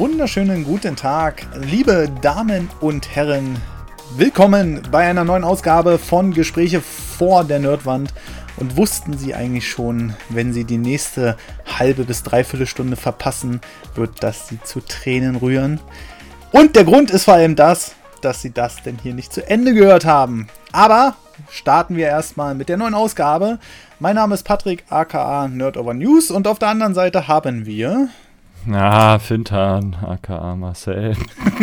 wunderschönen guten Tag, liebe Damen und Herren. Willkommen bei einer neuen Ausgabe von Gespräche vor der Nerdwand. Und wussten Sie eigentlich schon, wenn Sie die nächste halbe bis dreiviertel Stunde verpassen, wird das Sie zu Tränen rühren? Und der Grund ist vor allem das, dass Sie das denn hier nicht zu Ende gehört haben. Aber starten wir erstmal mit der neuen Ausgabe. Mein Name ist Patrick, aka Nerdover News, und auf der anderen Seite haben wir... Fintan, aka Marcel.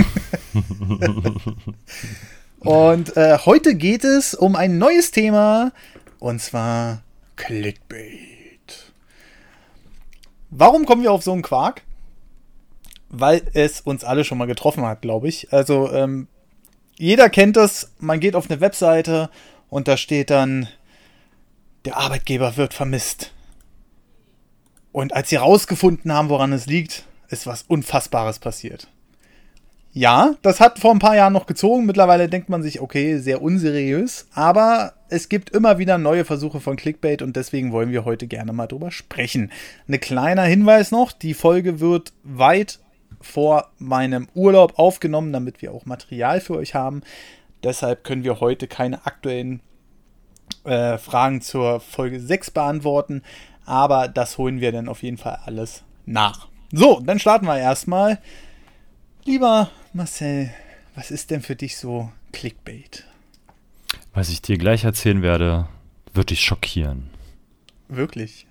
Und heute geht es um ein neues Thema, und zwar Clickbait. Warum kommen wir auf so einen Quark? Weil es uns alle schon mal getroffen hat, glaube ich. Also jeder kennt das, man geht auf eine Webseite und da steht dann, der Arbeitgeber wird vermisst. Und als sie rausgefunden haben, woran es liegt, ist was Unfassbares passiert. Ja, das hat vor ein paar Jahren noch gezogen. Mittlerweile denkt man sich, okay, sehr unseriös. Aber es gibt immer wieder neue Versuche von Clickbait und deswegen wollen wir heute gerne mal drüber sprechen. Ein kleiner Hinweis noch, die Folge wird weit vor meinem Urlaub aufgenommen, damit wir auch Material für euch haben. Deshalb können wir heute keine aktuellen Fragen zur Folge 6 beantworten. Aber das holen wir dann auf jeden Fall alles nach. So, dann starten wir erstmal. Lieber Marcel, was ist denn für dich so Clickbait? Was ich dir gleich erzählen werde, wird dich schockieren. Wirklich?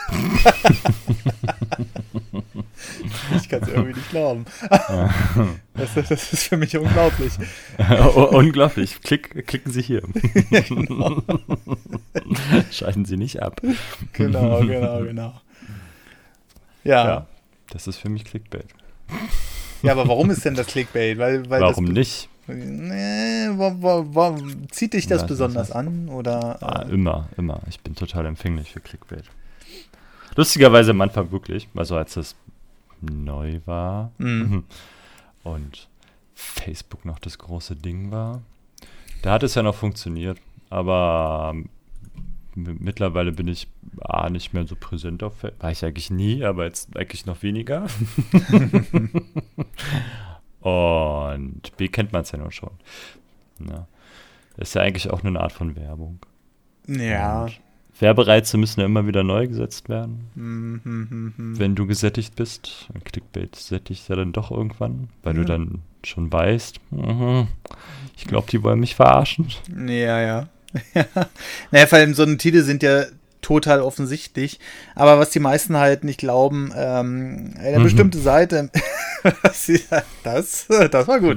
Ich kann es irgendwie nicht glauben. Das ist für mich unglaublich. Unglaublich. Klicken Sie hier. Ja, genau. Schalten Sie nicht ab. Genau. Ja, das ist für mich Clickbait. Ja, aber warum ist denn das Clickbait? Warum nicht? Zieht dich das besonders an? Oder, Immer. Ich bin total empfänglich für Clickbait. Lustigerweise am Anfang wirklich, also als das neu war und Facebook noch das große Ding war, da hat es ja noch funktioniert, aber mittlerweile bin ich nicht mehr so präsent auf Facebook. War ich eigentlich nie, aber jetzt eigentlich noch weniger. Und B kennt man es ja nun schon. Ja. Ist ja eigentlich auch nur eine Art von Werbung. Ja. Und Werbereize müssen ja immer wieder neu gesetzt werden. Wenn du gesättigt bist. Clickbait sättigt ja dann doch irgendwann, weil du dann schon weißt, ich glaube, die wollen mich verarschen. Ja. Naja, vor allem so eine Titel sind ja total offensichtlich. Aber was die meisten halt nicht glauben, eine bestimmte Seite, das war gut.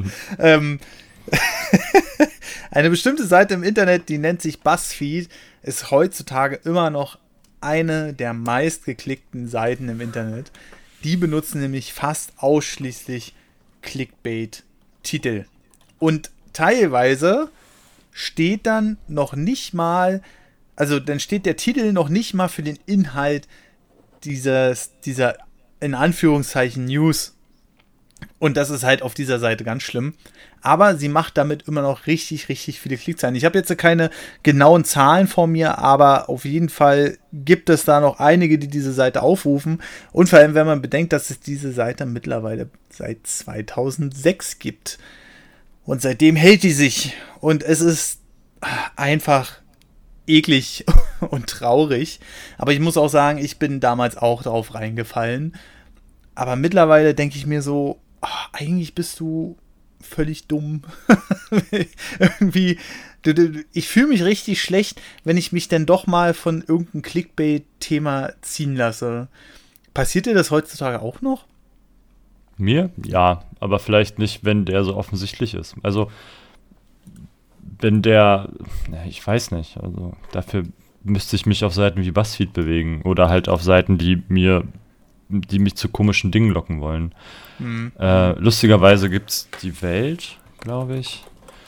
Eine bestimmte Seite im Internet, die nennt sich BuzzFeed, ist heutzutage immer noch eine der meistgeklickten Seiten im Internet. Die benutzen nämlich fast ausschließlich Clickbait-Titel. Und teilweise steht dann noch nicht mal, also dann steht der Titel noch nicht mal für den Inhalt dieser in Anführungszeichen News. Und das ist halt auf dieser Seite ganz schlimm. Aber sie macht damit immer noch richtig, richtig viele Klickzahlen. Ich habe jetzt keine genauen Zahlen vor mir, aber auf jeden Fall gibt es da noch einige, die diese Seite aufrufen. Und vor allem, wenn man bedenkt, dass es diese Seite mittlerweile seit 2006 gibt. Und seitdem hält die sich. Und es ist einfach eklig und traurig. Aber ich muss auch sagen, ich bin damals auch drauf reingefallen. Aber mittlerweile denke ich mir so, eigentlich bist du völlig dumm. Irgendwie, ich fühle mich richtig schlecht, wenn ich mich dann doch mal von irgendeinem Clickbait-Thema ziehen lasse. Passiert dir das heutzutage auch noch? Mir? Ja, aber vielleicht nicht, wenn der so offensichtlich ist. Also, wenn der, ich weiß nicht, also dafür müsste ich mich auf Seiten wie BuzzFeed bewegen oder halt auf Seiten, die mich zu komischen Dingen locken wollen. Lustigerweise gibt es die Welt, glaube ich,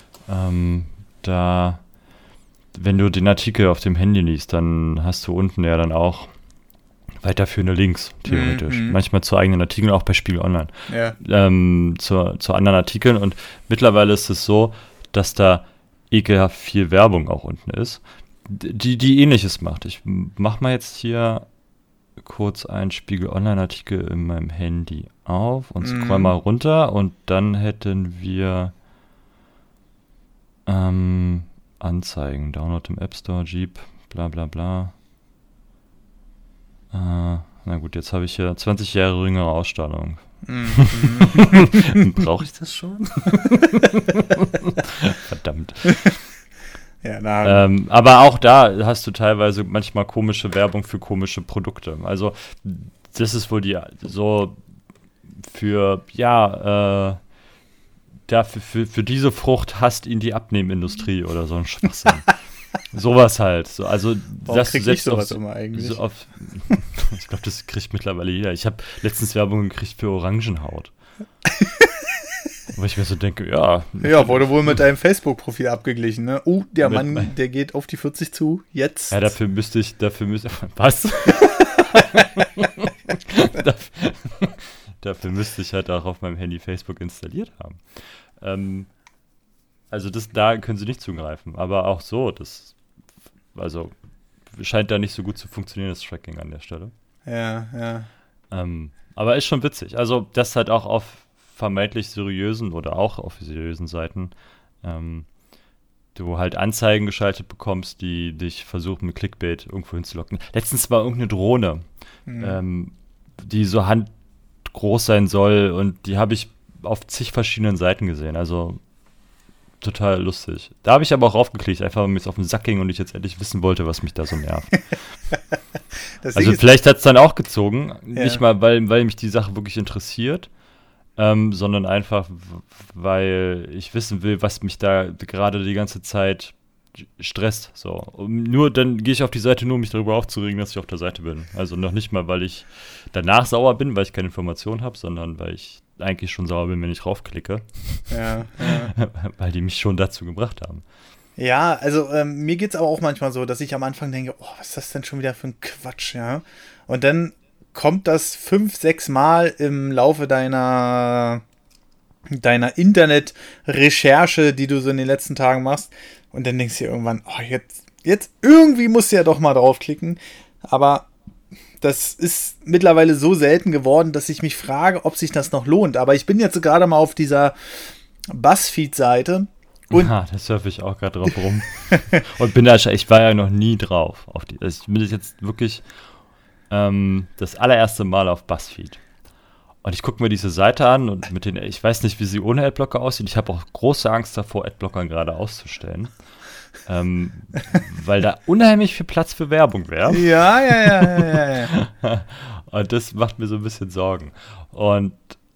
da, wenn du den Artikel auf dem Handy liest, dann hast du unten ja dann auch weiterführende Links, theoretisch. Manchmal zu eigenen Artikeln, auch bei Spiegel Online. Ja. Zu anderen Artikeln. Und mittlerweile ist es so, dass da ekelhaft viel Werbung auch unten ist, die Ähnliches macht. Ich mache mal jetzt hier kurz einen Spiegel Online-Artikel in meinem Handy auf und scroll mal runter und dann hätten wir Anzeigen, Download im App Store, Jeep, bla bla bla. Na gut, jetzt habe ich hier 20 Jahre jüngere Ausstrahlung. Brauche ich das schon? Verdammt. Ja, aber auch da hast du teilweise manchmal komische Werbung für komische Produkte. Also das ist wohl für diese Frucht hasst ihn die Abnehmindustrie oder so ein Schwachsinn. Sowas halt. So, also das krieg ich sowas immer eigentlich? Ich glaube, das kriegt mittlerweile jeder. Ich habe letztens Werbung gekriegt für Orangenhaut. Wo ich mir so denke, ja. Ja, wurde wohl mit deinem Facebook-Profil abgeglichen, ne? Der Mann, der geht auf die 40 zu, jetzt. Ja, dafür müsste was? Dafür müsste ich halt auch auf meinem Handy Facebook installiert haben. Also da können sie nicht zugreifen. Aber auch so, also scheint da nicht so gut zu funktionieren, das Tracking an der Stelle. Ja. Aber ist schon witzig. Also das halt auch auf vermeintlich seriösen oder auch auf seriösen Seiten du halt Anzeigen geschaltet bekommst, die dich versuchen mit Clickbait irgendwo hinzulocken. Letztens war irgendeine Drohne, die so handgroß sein soll und die habe ich auf zig verschiedenen Seiten gesehen. Also total lustig. Da habe ich aber auch raufgeklickt, einfach weil mir es auf den Sack ging und ich jetzt endlich wissen wollte, was mich da so nervt. Also vielleicht hat es dann auch gezogen, nicht mal, weil mich die Sache wirklich interessiert, sondern einfach, weil ich wissen will, was mich da gerade die ganze Zeit stresst. So. Nur dann gehe ich auf die Seite, nur um mich darüber aufzuregen, dass ich auf der Seite bin. Also noch nicht mal, weil ich danach sauer bin, weil ich keine Informationen habe, sondern weil ich eigentlich schon sauer bin, wenn ich raufklicke. Ja. Weil die mich schon dazu gebracht haben. Ja, also mir geht's aber auch manchmal so, dass ich am Anfang denke, was ist das denn schon wieder für ein Quatsch, ja? Und dann kommt das 5-6 Mal im Laufe deiner Internet-Recherche, die du so in den letzten Tagen machst, und dann denkst du dir irgendwann, jetzt irgendwie musst du ja doch mal draufklicken, aber das ist mittlerweile so selten geworden, dass ich mich frage, ob sich das noch lohnt. Aber ich bin jetzt gerade mal auf dieser BuzzFeed-Seite. Da surfe ich auch gerade drauf rum. Und ich war ja noch nie drauf. Ich bin jetzt wirklich das allererste Mal auf BuzzFeed. Und ich gucke mir diese Seite an und ich weiß nicht, wie sie ohne Adblocker aussieht. Ich habe auch große Angst davor, Adblocker gerade auszustellen. Weil da unheimlich viel Platz für Werbung wäre. Ja. Und das macht mir so ein bisschen Sorgen. Und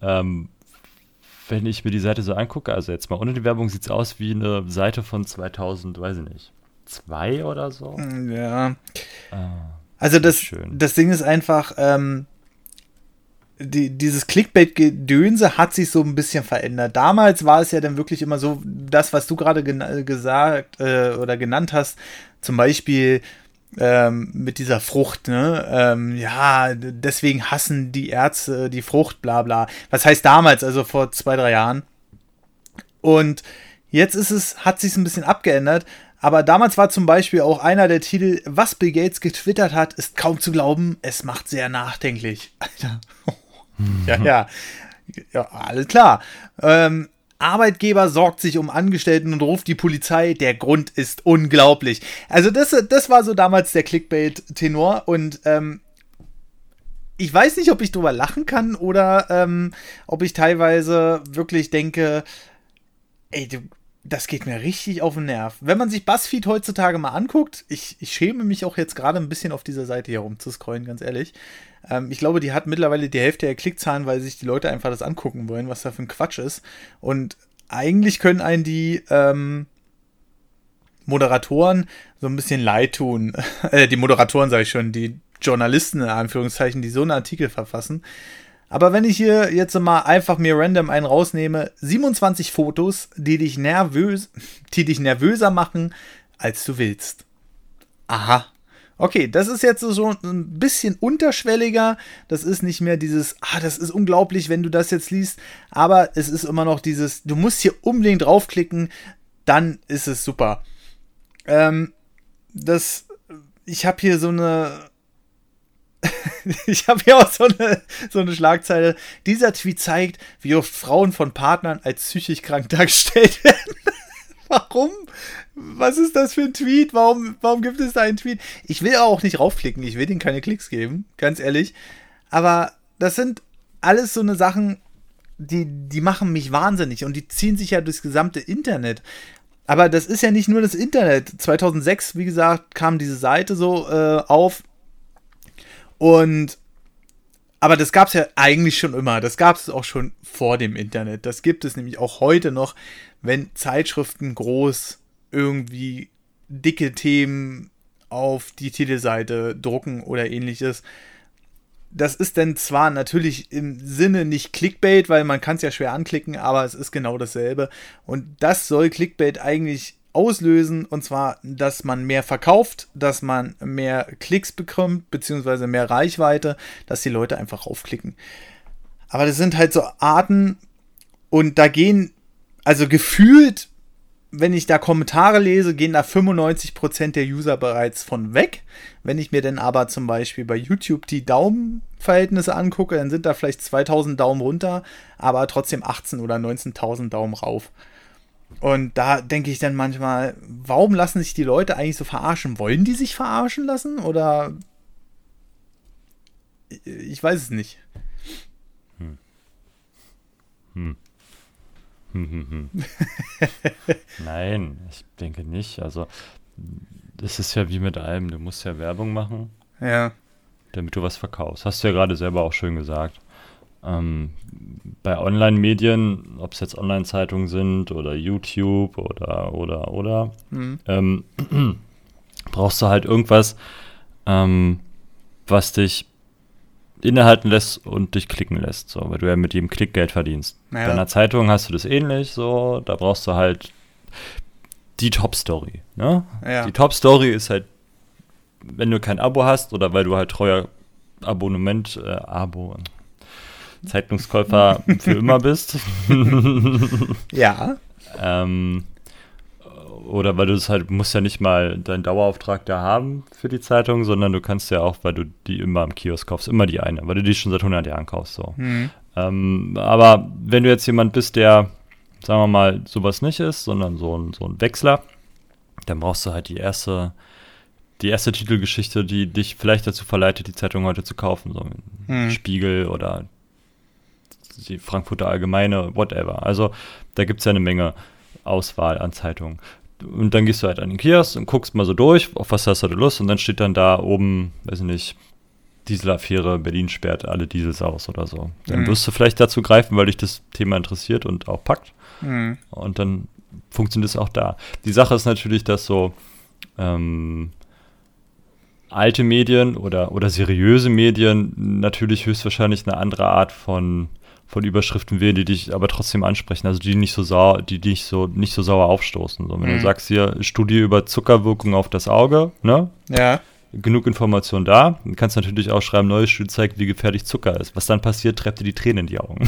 wenn ich mir die Seite so angucke, also jetzt mal ohne die Werbung, sieht es aus wie eine Seite von 2000, weiß ich nicht, 2 oder so. Ja. Also das Ding ist einfach, dieses Clickbait-Gedönse hat sich so ein bisschen verändert. Damals war es ja dann wirklich immer so, das, was du gerade gesagt oder genannt hast, zum Beispiel mit dieser Frucht, ne? Deswegen hassen die Ärzte die Frucht, bla bla. Was heißt damals, also vor 2-3 Jahren? Und jetzt hat sich ein bisschen abgeändert, aber damals war zum Beispiel auch einer der Titel, was Bill Gates getwittert hat, ist kaum zu glauben, es macht sehr nachdenklich. Alter. Ja, alles klar. Arbeitgeber sorgt sich um Angestellten und ruft die Polizei. Der Grund ist unglaublich. Also das war so damals der Clickbait-Tenor. Und ich weiß nicht, ob ich drüber lachen kann oder ob ich teilweise wirklich denke, das geht mir richtig auf den Nerv. Wenn man sich BuzzFeed heutzutage mal anguckt, ich schäme mich auch jetzt gerade ein bisschen auf dieser Seite hier rumzuscrollen, ganz ehrlich. Ich glaube, die hat mittlerweile die Hälfte der Klickzahlen, weil sich die Leute einfach das angucken wollen, was da für ein Quatsch ist. Und eigentlich können einen die Moderatoren so ein bisschen leid tun. Die Moderatoren, sage ich schon, die Journalisten in Anführungszeichen, die so einen Artikel verfassen. Aber wenn ich hier jetzt mal einfach mir random einen rausnehme, 27 Fotos, die dich nervöser machen, als du willst. Aha. Okay, das ist jetzt so ein bisschen unterschwelliger. Das ist nicht mehr dieses, das ist unglaublich, wenn du das jetzt liest. Aber es ist immer noch dieses, du musst hier unbedingt draufklicken, dann ist es super. Ich habe hier so eine Ich habe hier auch so eine Schlagzeile. Dieser Tweet zeigt, wie oft Frauen von Partnern als psychisch krank dargestellt werden. Warum? Was ist das für ein Tweet? Warum gibt es da einen Tweet? Ich will auch nicht raufklicken. Ich will denen keine Klicks geben. Ganz ehrlich. Aber das sind alles so eine Sachen, die machen mich wahnsinnig. Und die ziehen sich ja durchs gesamte Internet. Aber das ist ja nicht nur das Internet. 2006, wie gesagt, kam diese Seite so auf. Aber das gab es ja eigentlich schon immer. Das gab es auch schon vor dem Internet. Das gibt es nämlich auch heute noch, wenn Zeitschriften groß irgendwie dicke Themen auf die Titelseite drucken oder ähnliches. Das ist dann zwar natürlich im Sinne nicht Clickbait, weil man kann es ja schwer anklicken, aber es ist genau dasselbe. Und das soll Clickbait eigentlich auslösen, und zwar, dass man mehr verkauft, dass man mehr Klicks bekommt, beziehungsweise mehr Reichweite, dass die Leute einfach raufklicken. Aber das sind halt so Arten, und da gehen, also gefühlt, wenn ich da Kommentare lese, gehen da 95% der User bereits von weg. Wenn ich mir dann aber zum Beispiel bei YouTube die Daumenverhältnisse angucke, dann sind da vielleicht 2000 Daumen runter, aber trotzdem 18.000 oder 19.000 Daumen rauf. Und da denke ich dann manchmal, warum lassen sich die Leute eigentlich so verarschen? Wollen die sich verarschen lassen? Oder ich weiß es nicht. Nein, ich denke nicht. Also, das ist ja wie mit allem. Du musst ja Werbung machen, Ja. damit du was verkaufst. Hast du ja gerade selber auch schön gesagt. Bei Online-Medien, ob es jetzt Online-Zeitungen sind oder YouTube oder, brauchst du halt irgendwas, was dich innehalten lässt und dich klicken lässt, so, weil du ja mit jedem Klick Geld verdienst. Ja. Bei einer Zeitung hast du das ähnlich, so, da brauchst du halt die Top-Story, ne? Ja. Die Top-Story ist halt, wenn du kein Abo hast oder weil du halt treuer Zeitungskäufer für immer bist. Ja. Oder weil du es halt, musst ja nicht mal deinen Dauerauftrag da haben für die Zeitung, sondern du kannst ja auch, weil du die immer im Kiosk kaufst, immer die eine, weil du die schon seit 100 Jahren kaufst, so. Aber wenn du jetzt jemand bist, der, sagen wir mal, sowas nicht ist, sondern so ein Wechsler, dann brauchst du halt die erste Titelgeschichte, die dich vielleicht dazu verleitet, die Zeitung heute zu kaufen, so Spiegel oder die Frankfurter Allgemeine, whatever. Also da gibt es ja eine Menge Auswahl an Zeitungen. Und dann gehst du halt an den Kiosk und guckst mal so durch, auf was hast du Lust, und dann steht dann da oben, weiß ich nicht, Dieselaffäre, Berlin sperrt alle Diesels aus oder so. Dann wirst du vielleicht dazu greifen, weil dich das Thema interessiert und auch packt. Und dann funktioniert es auch da. Die Sache ist natürlich, dass so alte Medien oder seriöse Medien natürlich höchstwahrscheinlich eine andere Art von Überschriften wählen, die dich aber trotzdem ansprechen, also die nicht so sauer aufstoßen. So, wenn du sagst hier, Studie über Zuckerwirkung auf das Auge, ne? Ja. Genug Information da. Du kannst natürlich auch schreiben, neue Studie zeigt, wie gefährlich Zucker ist. Was dann passiert, treibt dir die Tränen in die Augen.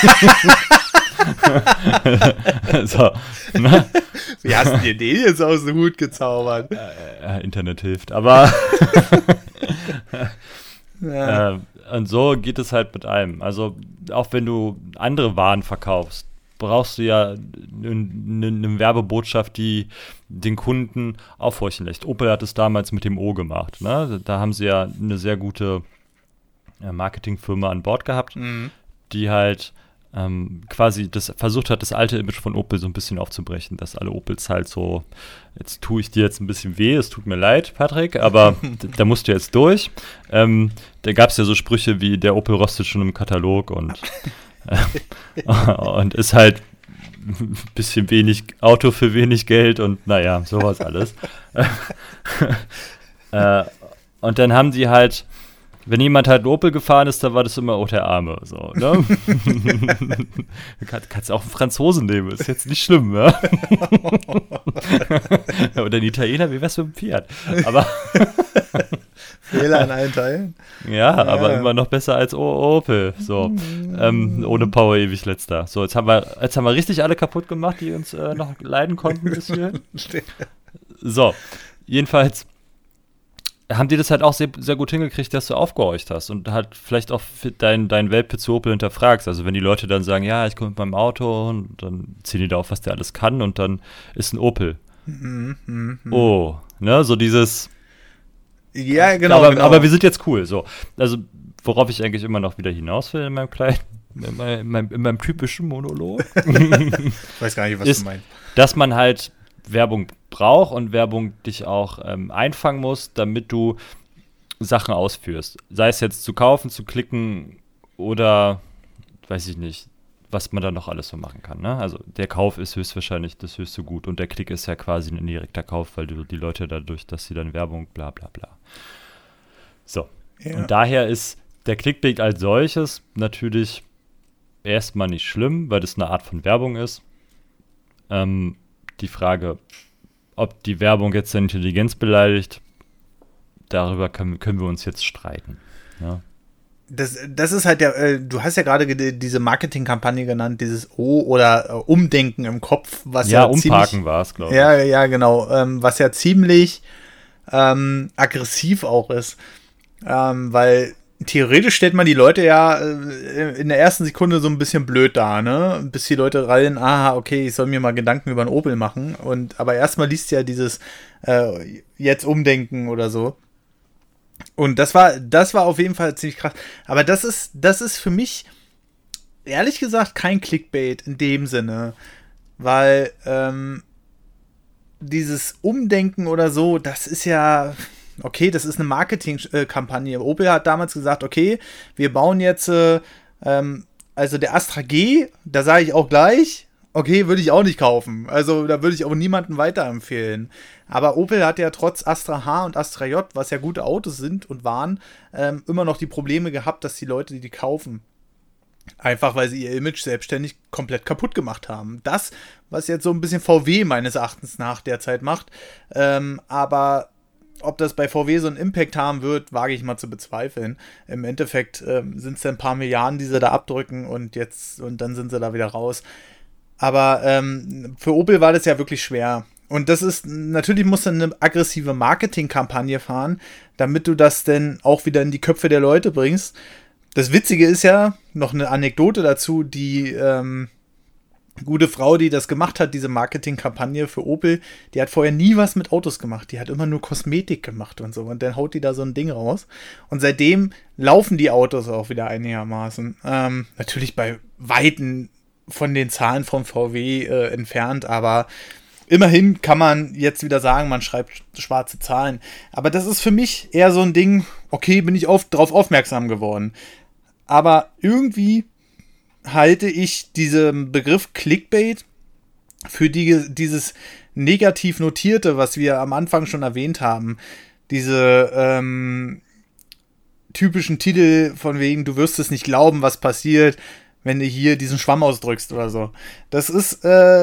So, ne? Wie hast du dir den jetzt aus dem Hut gezaubert? Internet hilft, aber Ja. und so geht es halt mit allem. Also auch wenn du andere Waren verkaufst, brauchst du ja eine Werbebotschaft, die den Kunden aufhorchen lässt. Opel hat es damals mit dem O gemacht. Ne? Da haben sie ja eine sehr gute Marketingfirma an Bord gehabt, die halt quasi versucht hat, das alte Image von Opel so ein bisschen aufzubrechen, dass alle Opels halt so, jetzt tue ich dir jetzt ein bisschen weh, es tut mir leid, Patrick, aber da musst du jetzt durch. Da gab es ja so Sprüche wie, der Opel rostet schon im Katalog und ist halt ein bisschen wenig Auto für wenig Geld und naja, sowas alles. Und dann haben die halt, wenn jemand halt einen Opel gefahren ist, dann war das immer, oh, der Arme, so, ne? Du kannst auch einen Franzosen nehmen, ist jetzt nicht schlimm, ne? Oder einen Italiener, wie wär's mit dem Fiat? Aber Fehler in allen Teilen. ja, aber immer noch besser als Opel, so. Ohne Power ewig letzter. So, jetzt haben wir richtig alle kaputt gemacht, die uns noch leiden konnten bis hierhin. So, jedenfalls haben die das halt auch sehr, sehr gut hingekriegt, dass du aufgehorcht hast und halt vielleicht auch dein Weltbild zu Opel hinterfragst. Also wenn die Leute dann sagen, ja, ich komme mit meinem Auto und dann ziehen die da auf, was der alles kann und dann ist ein Opel. Oh, ne, so dieses... Ja, genau, aber wir sind jetzt cool, so. Also worauf ich eigentlich immer noch wieder hinaus will in meinem kleinen, in meinem typischen Monolog. Ich weiß gar nicht, was du meinst. Dass man halt Werbung braucht und Werbung dich auch einfangen muss, damit du Sachen ausführst. Sei es jetzt zu kaufen, zu klicken oder, weiß ich nicht, was man da noch alles so machen kann. Ne? Also der Kauf ist höchstwahrscheinlich das höchste Gut und der Klick ist ja quasi ein indirekter Kauf, weil du die Leute dadurch, dass sie dann Werbung, bla bla bla. So, und daher ist der Clickbait als solches natürlich erstmal nicht schlimm, weil das eine Art von Werbung ist. Die Frage, ob die Werbung jetzt deine Intelligenz beleidigt, darüber können wir uns jetzt streiten. Ja? Das ist halt du hast ja gerade diese Marketingkampagne genannt, dieses oder Umdenken im Kopf, was ja umparken war es, glaube ich. Ja, genau, was ja ziemlich aggressiv auch ist, weil theoretisch stellt man die Leute ja in der ersten Sekunde so ein bisschen blöd da, ne? Bis die Leute rein, okay, ich soll mir mal Gedanken über einen Opel machen. Aber erstmal liest ja dieses jetzt umdenken oder so. Und das war auf jeden Fall ziemlich krass. Aber das ist für mich, ehrlich gesagt, kein Clickbait in dem Sinne. Weil dieses Umdenken oder so, das ist ja... Okay, das ist eine Marketingkampagne. Opel hat damals gesagt, okay, wir bauen jetzt, also der Astra G, da sage ich auch gleich, okay, würde ich auch nicht kaufen. Also da würde ich auch niemandem weiterempfehlen. Aber Opel hat ja trotz Astra H und Astra J, was ja gute Autos sind und waren, immer noch die Probleme gehabt, dass die Leute die kaufen. Einfach, weil sie ihr Image selbstständig komplett kaputt gemacht haben. Das, was jetzt so ein bisschen VW meines Erachtens nach derzeit macht, aber ob das bei VW so einen Impact haben wird, wage ich mal zu bezweifeln. Im Endeffekt sind es ein paar Milliarden, die sie da abdrücken und dann sind sie da wieder raus. Aber für Opel war das ja wirklich schwer. Und das ist, natürlich musst du eine aggressive Marketingkampagne fahren, damit du das denn auch wieder in die Köpfe der Leute bringst. Das Witzige ist ja, noch eine Anekdote dazu, die gute Frau, die das gemacht hat, diese Marketingkampagne für Opel, die hat vorher nie was mit Autos gemacht. Die hat immer nur Kosmetik gemacht und so. Und dann haut die da so ein Ding raus. Und seitdem laufen die Autos auch wieder einigermaßen. Natürlich bei Weitem von den Zahlen vom VW entfernt, aber immerhin kann man jetzt wieder sagen, man schreibt schwarze Zahlen. Aber das ist für mich eher so ein Ding, okay, bin ich drauf aufmerksam geworden. Aber irgendwie halte ich diesen Begriff Clickbait für dieses negativ Notierte, was wir am Anfang schon erwähnt haben. Diese typischen Titel von wegen, du wirst es nicht glauben, was passiert, wenn du hier diesen Schwamm ausdrückst oder so. Das ist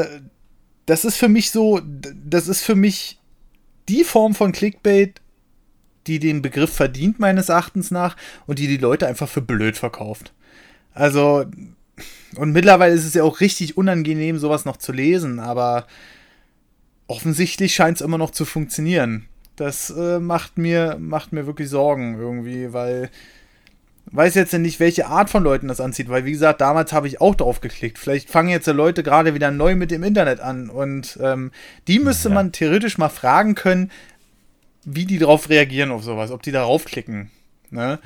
für mich so, das ist für mich die Form von Clickbait, die den Begriff verdient, meines Erachtens nach, und die Leute einfach für blöd verkauft. Also, und mittlerweile ist es ja auch richtig unangenehm, sowas noch zu lesen, aber offensichtlich scheint es immer noch zu funktionieren. Das macht mir wirklich Sorgen irgendwie, weil weiß jetzt nicht, welche Art von Leuten das anzieht, weil wie gesagt, damals habe ich auch drauf geklickt. Vielleicht fangen jetzt die Leute gerade wieder neu mit dem Internet an und die müsste man theoretisch mal fragen können, wie die drauf reagieren auf sowas, ob die darauf klicken. Ne?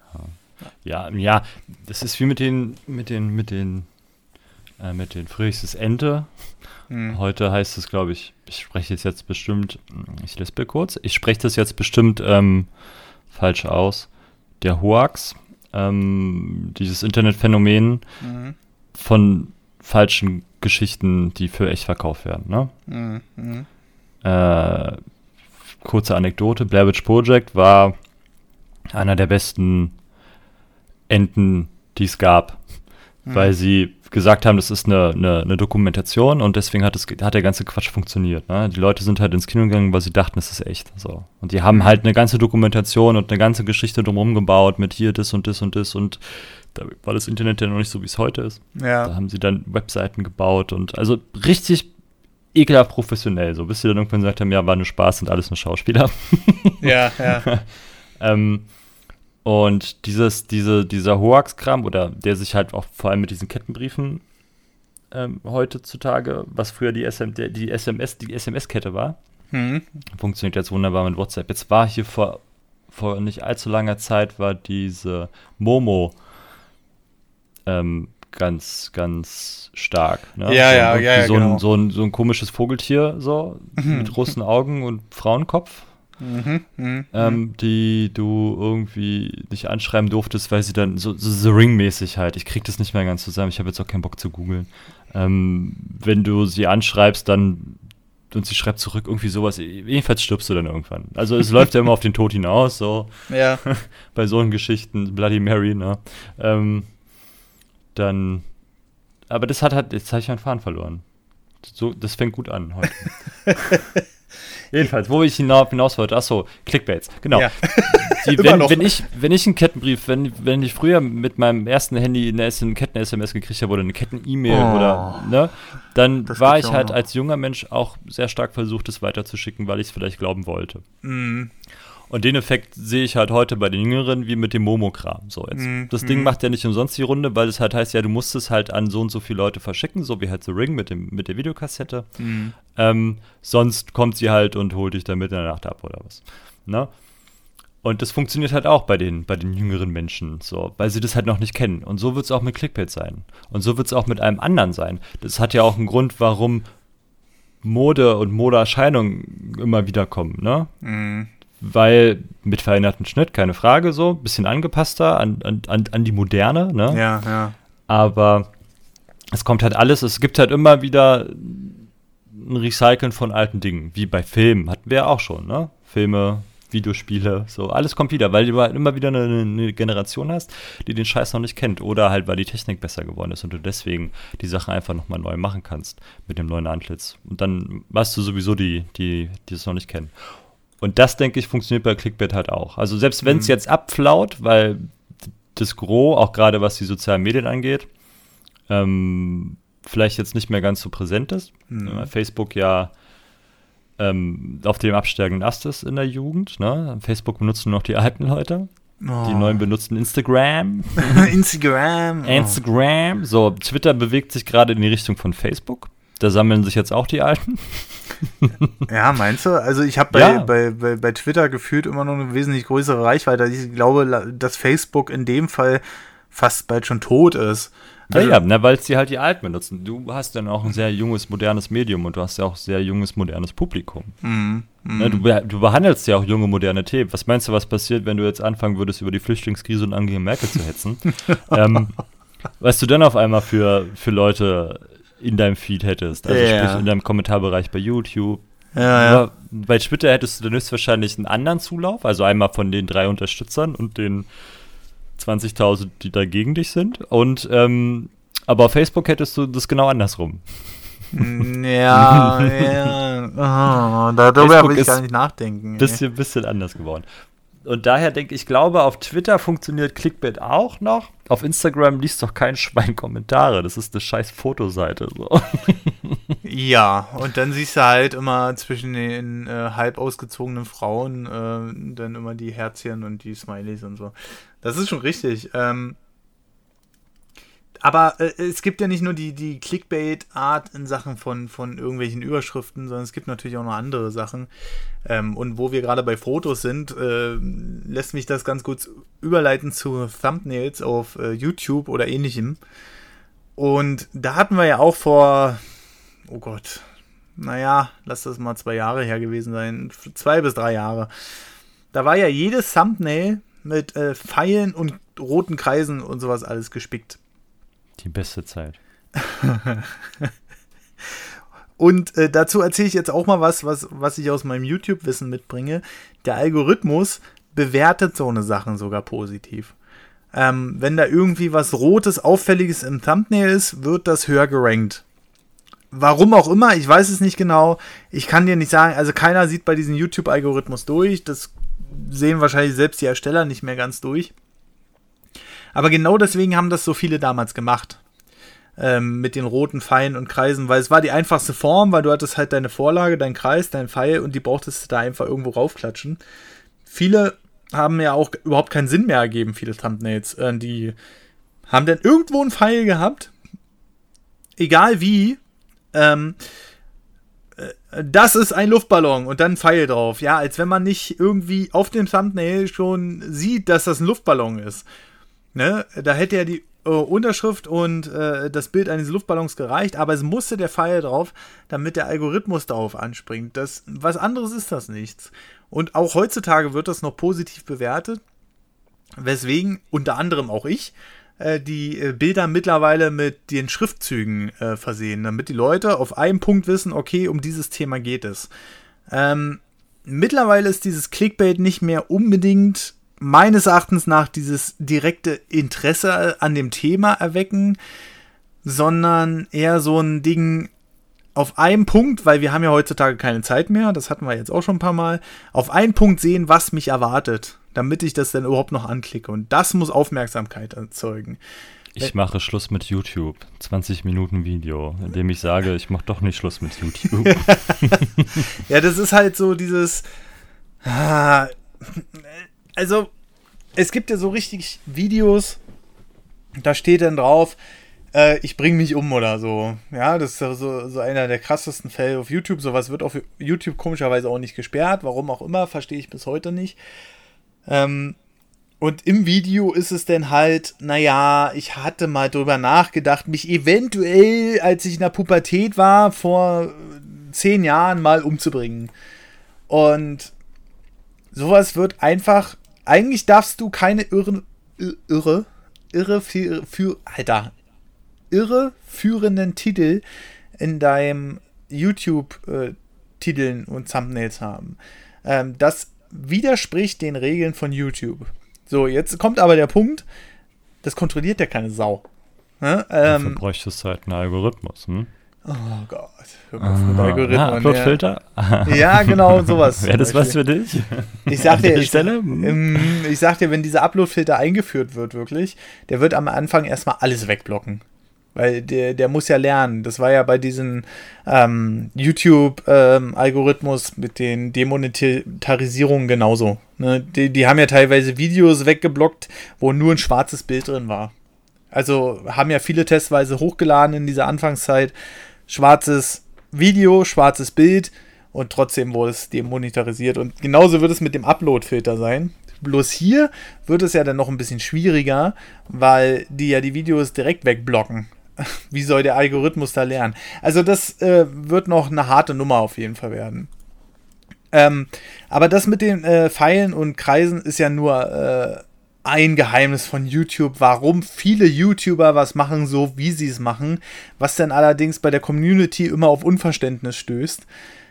Ja, das ist wie mit den frühestes Ente. Heute heißt es, glaube ich, ich spreche das jetzt bestimmt falsch aus. Der Hoax, dieses Internetphänomen von falschen Geschichten, die für echt verkauft werden. Ne? Kurze Anekdote, Blair Witch Project war einer der besten Enten, die es gab, weil sie gesagt haben, das ist eine Dokumentation und deswegen hat der ganze Quatsch funktioniert. Ne? Die Leute sind halt ins Kino gegangen, weil sie dachten, es ist echt. So. Und die haben halt eine ganze Dokumentation und eine ganze Geschichte drumherum gebaut mit hier das und das und das und da war das Internet ja noch nicht so, wie es heute ist. Ja. Da haben sie dann Webseiten gebaut und also richtig ekelhaft professionell, so bis sie dann irgendwann gesagt haben, ja, war nur Spaß, sind alles nur Schauspieler. Ja. Und dieser Hoax-Kram, oder der sich halt auch vor allem mit diesen Kettenbriefen heutzutage, was früher die SMS-Kette war, funktioniert jetzt wunderbar mit WhatsApp. Jetzt war hier vor nicht allzu langer Zeit war diese Momo ganz, ganz stark. Ne? Ja, genau. So ein komisches Vogeltier, so, mit großen Augen und Frauenkopf. Die du irgendwie nicht anschreiben durftest, weil sie dann so Ring-mäßig halt, ich krieg das nicht mehr ganz zusammen, ich habe jetzt auch keinen Bock zu googeln. Wenn du sie anschreibst, dann und sie schreibt zurück irgendwie sowas, jedenfalls stirbst du dann irgendwann. Also es läuft ja immer auf den Tod hinaus, so. Ja. Bei solchen Geschichten, Bloody Mary, ne? Dann, aber jetzt habe ich meinen Faden verloren. So, das fängt gut an heute. Jedenfalls, wo ich hinaus wollte, achso, Clickbaits, genau. Ja. Wenn ich einen Kettenbrief, wenn ich früher mit meinem ersten Handy eine Ketten-SMS gekriegt habe oder eine Ketten-E-Mail oder, ne, dann war ich halt als junger Mensch auch sehr stark versucht, es weiterzuschicken, weil ich es vielleicht glauben wollte. Und den Effekt sehe ich halt heute bei den Jüngeren wie mit dem Momo-Kram. So jetzt. Das Ding macht ja nicht umsonst die Runde, weil es halt heißt, ja, du musst es halt an so und so viele Leute verschicken, so wie halt so Ring mit der Videokassette. Sonst kommt sie halt und holt dich dann mitten in der Nacht ab oder was. Ne? Und das funktioniert halt auch bei den jüngeren Menschen, so, weil sie das halt noch nicht kennen. Und so wird es auch mit Clickbait sein. Und so wird es auch mit einem anderen sein. Das hat ja auch einen Grund, warum Mode und Modeerscheinungen immer wieder kommen, ne? Weil mit verändertem Schnitt, keine Frage, so, bisschen angepasster an die Moderne, ne? Ja. Aber es kommt halt alles, es gibt halt immer wieder ein Recyceln von alten Dingen, wie bei Filmen, hatten wir ja auch schon, ne? Filme, Videospiele, so, alles kommt wieder, weil du halt immer wieder eine Generation hast, die den Scheiß noch nicht kennt oder halt, weil die Technik besser geworden ist und du deswegen die Sachen einfach nochmal neu machen kannst mit dem neuen Antlitz. Und dann hast du sowieso die es noch nicht kennen. Und das, denke ich, funktioniert bei Clickbait halt auch. Also selbst wenn es jetzt abflaut, weil das Gros, auch gerade was die sozialen Medien angeht, vielleicht jetzt nicht mehr ganz so präsent ist. Weil Facebook ja auf dem absteigenden Ast ist in der Jugend. Ne? Facebook benutzen nur noch die alten Leute. Die Neuen benutzen Instagram. Instagram. So, Twitter bewegt sich gerade in die Richtung von Facebook. Da sammeln sich jetzt auch die Alten. Ja, meinst du? Also ich habe bei Twitter gefühlt immer noch eine wesentlich größere Reichweite. Ich glaube, dass Facebook in dem Fall fast bald schon tot ist. Also, weil es die halt die Alten benutzen. Du hast dann auch ein sehr junges, modernes Medium und du hast ja auch sehr junges, modernes Publikum. Du behandelst ja auch junge, moderne Themen. Was meinst du, was passiert, wenn du jetzt anfangen würdest, über die Flüchtlingskrise und Angela Merkel zu hetzen? Was du dann auf einmal für Leute in deinem Feed hättest. Also sprich in deinem Kommentarbereich bei YouTube. Ja. Bei Twitter hättest du dann höchstwahrscheinlich einen anderen Zulauf, also einmal von den 3 Unterstützern und den 20.000, die dagegen dich sind. Und aber auf Facebook hättest du das genau andersrum. Darüber will ich gar nicht nachdenken. Bisschen anders geworden. Und daher denke ich, glaube, auf Twitter funktioniert Clickbait auch noch. Auf Instagram liest doch kein Schwein Kommentare. Das ist eine scheiß Fotoseite. So. Ja, und dann siehst du halt immer zwischen den halb ausgezogenen Frauen dann immer die Herzchen und die Smileys und so. Das ist schon richtig. Aber es gibt ja nicht nur die Clickbait-Art in Sachen von irgendwelchen Überschriften, sondern es gibt natürlich auch noch andere Sachen. Und wo wir gerade bei Fotos sind, lässt mich das ganz gut überleiten zu Thumbnails auf YouTube oder ähnlichem. Und da hatten wir ja auch vor, oh Gott, lass das mal 2 Jahre her gewesen sein, 2 bis 3 Jahre. Da war ja jedes Thumbnail mit Pfeilen und roten Kreisen und sowas alles gespickt. Die beste Zeit. Und dazu erzähle ich jetzt auch mal was ich aus meinem YouTube-Wissen mitbringe. Der Algorithmus bewertet so eine Sachen sogar positiv. Wenn da irgendwie was Rotes, Auffälliges im Thumbnail ist, wird das höher gerankt. Warum auch immer, ich weiß es nicht genau. Ich kann dir nicht sagen, also keiner sieht bei diesem YouTube-Algorithmus durch. Das sehen wahrscheinlich selbst die Ersteller nicht mehr ganz durch. Aber genau deswegen haben das so viele damals gemacht. mit den roten Pfeilen und Kreisen, weil es war die einfachste Form, weil du hattest halt deine Vorlage, deinen Kreis, deinen Pfeil und die brauchtest du da einfach irgendwo raufklatschen. Viele haben ja auch überhaupt keinen Sinn mehr ergeben, viele Thumbnails. Die haben dann irgendwo einen Pfeil gehabt, egal wie, das ist ein Luftballon und dann ein Pfeil drauf. Ja, als wenn man nicht irgendwie auf dem Thumbnail schon sieht, dass das ein Luftballon ist. Ne? Da hätte ja die Unterschrift und das Bild eines Luftballons gereicht, aber es musste der Pfeil drauf, damit der Algorithmus darauf anspringt. Was anderes ist das nichts. Und auch heutzutage wird das noch positiv bewertet, weswegen unter anderem auch ich die Bilder mittlerweile mit den Schriftzügen versehen, damit die Leute auf einen Punkt wissen, okay, um dieses Thema geht es. Mittlerweile ist dieses Clickbait nicht mehr unbedingt meines Erachtens nach dieses direkte Interesse an dem Thema erwecken, sondern eher so ein Ding auf einen Punkt, weil wir haben ja heutzutage keine Zeit mehr, das hatten wir jetzt auch schon ein paar Mal, auf einen Punkt sehen, was mich erwartet, damit ich das dann überhaupt noch anklicke. Und das muss Aufmerksamkeit erzeugen. Ich mache Schluss mit YouTube. 20 Minuten Video, in dem ich sage, ich mache doch nicht Schluss mit YouTube. Ja, das ist halt so dieses... Also, es gibt ja so richtig Videos, da steht dann drauf, ich bringe mich um oder so. Ja, das ist so einer der krassesten Fälle auf YouTube. Sowas wird auf YouTube komischerweise auch nicht gesperrt. Warum auch immer, verstehe ich bis heute nicht. Und im Video ist es dann halt, naja, ich hatte mal drüber nachgedacht, mich eventuell, als ich in der Pubertät war, vor 10 Jahren mal umzubringen. Und sowas wird einfach, eigentlich darfst du keine irreführenden Titel in deinem YouTube-Titeln und Thumbnails haben. Das widerspricht den Regeln von YouTube. So, jetzt kommt aber der Punkt, das kontrolliert ja keine Sau. Ne? Dafür bräuchtest du halt einen Algorithmus, hm? Oh Gott, hör mal mit Algorithmen. Uploadfilter? Ja, genau, sowas. Wäre das was für dich? Ich sag dir, wenn dieser Uploadfilter eingeführt wird, wirklich, der wird am Anfang erstmal alles wegblocken. Weil der muss ja lernen. Das war ja bei diesem YouTube-Algorithmus mit den Demonetarisierungen genauso. Ne? Die haben ja teilweise Videos weggeblockt, wo nur ein schwarzes Bild drin war. Also haben ja viele testweise hochgeladen in dieser Anfangszeit. Schwarzes Video, schwarzes Bild und trotzdem wurde es demonetarisiert. Und genauso wird es mit dem Upload-Filter sein. Bloß hier wird es ja dann noch ein bisschen schwieriger, weil die ja die Videos direkt wegblocken. Wie soll der Algorithmus da lernen? Also das wird noch eine harte Nummer auf jeden Fall werden. Aber das mit den Pfeilen und Kreisen ist ja nur ein Geheimnis von YouTube, warum viele YouTuber was machen, so wie sie es machen, was dann allerdings bei der Community immer auf Unverständnis stößt.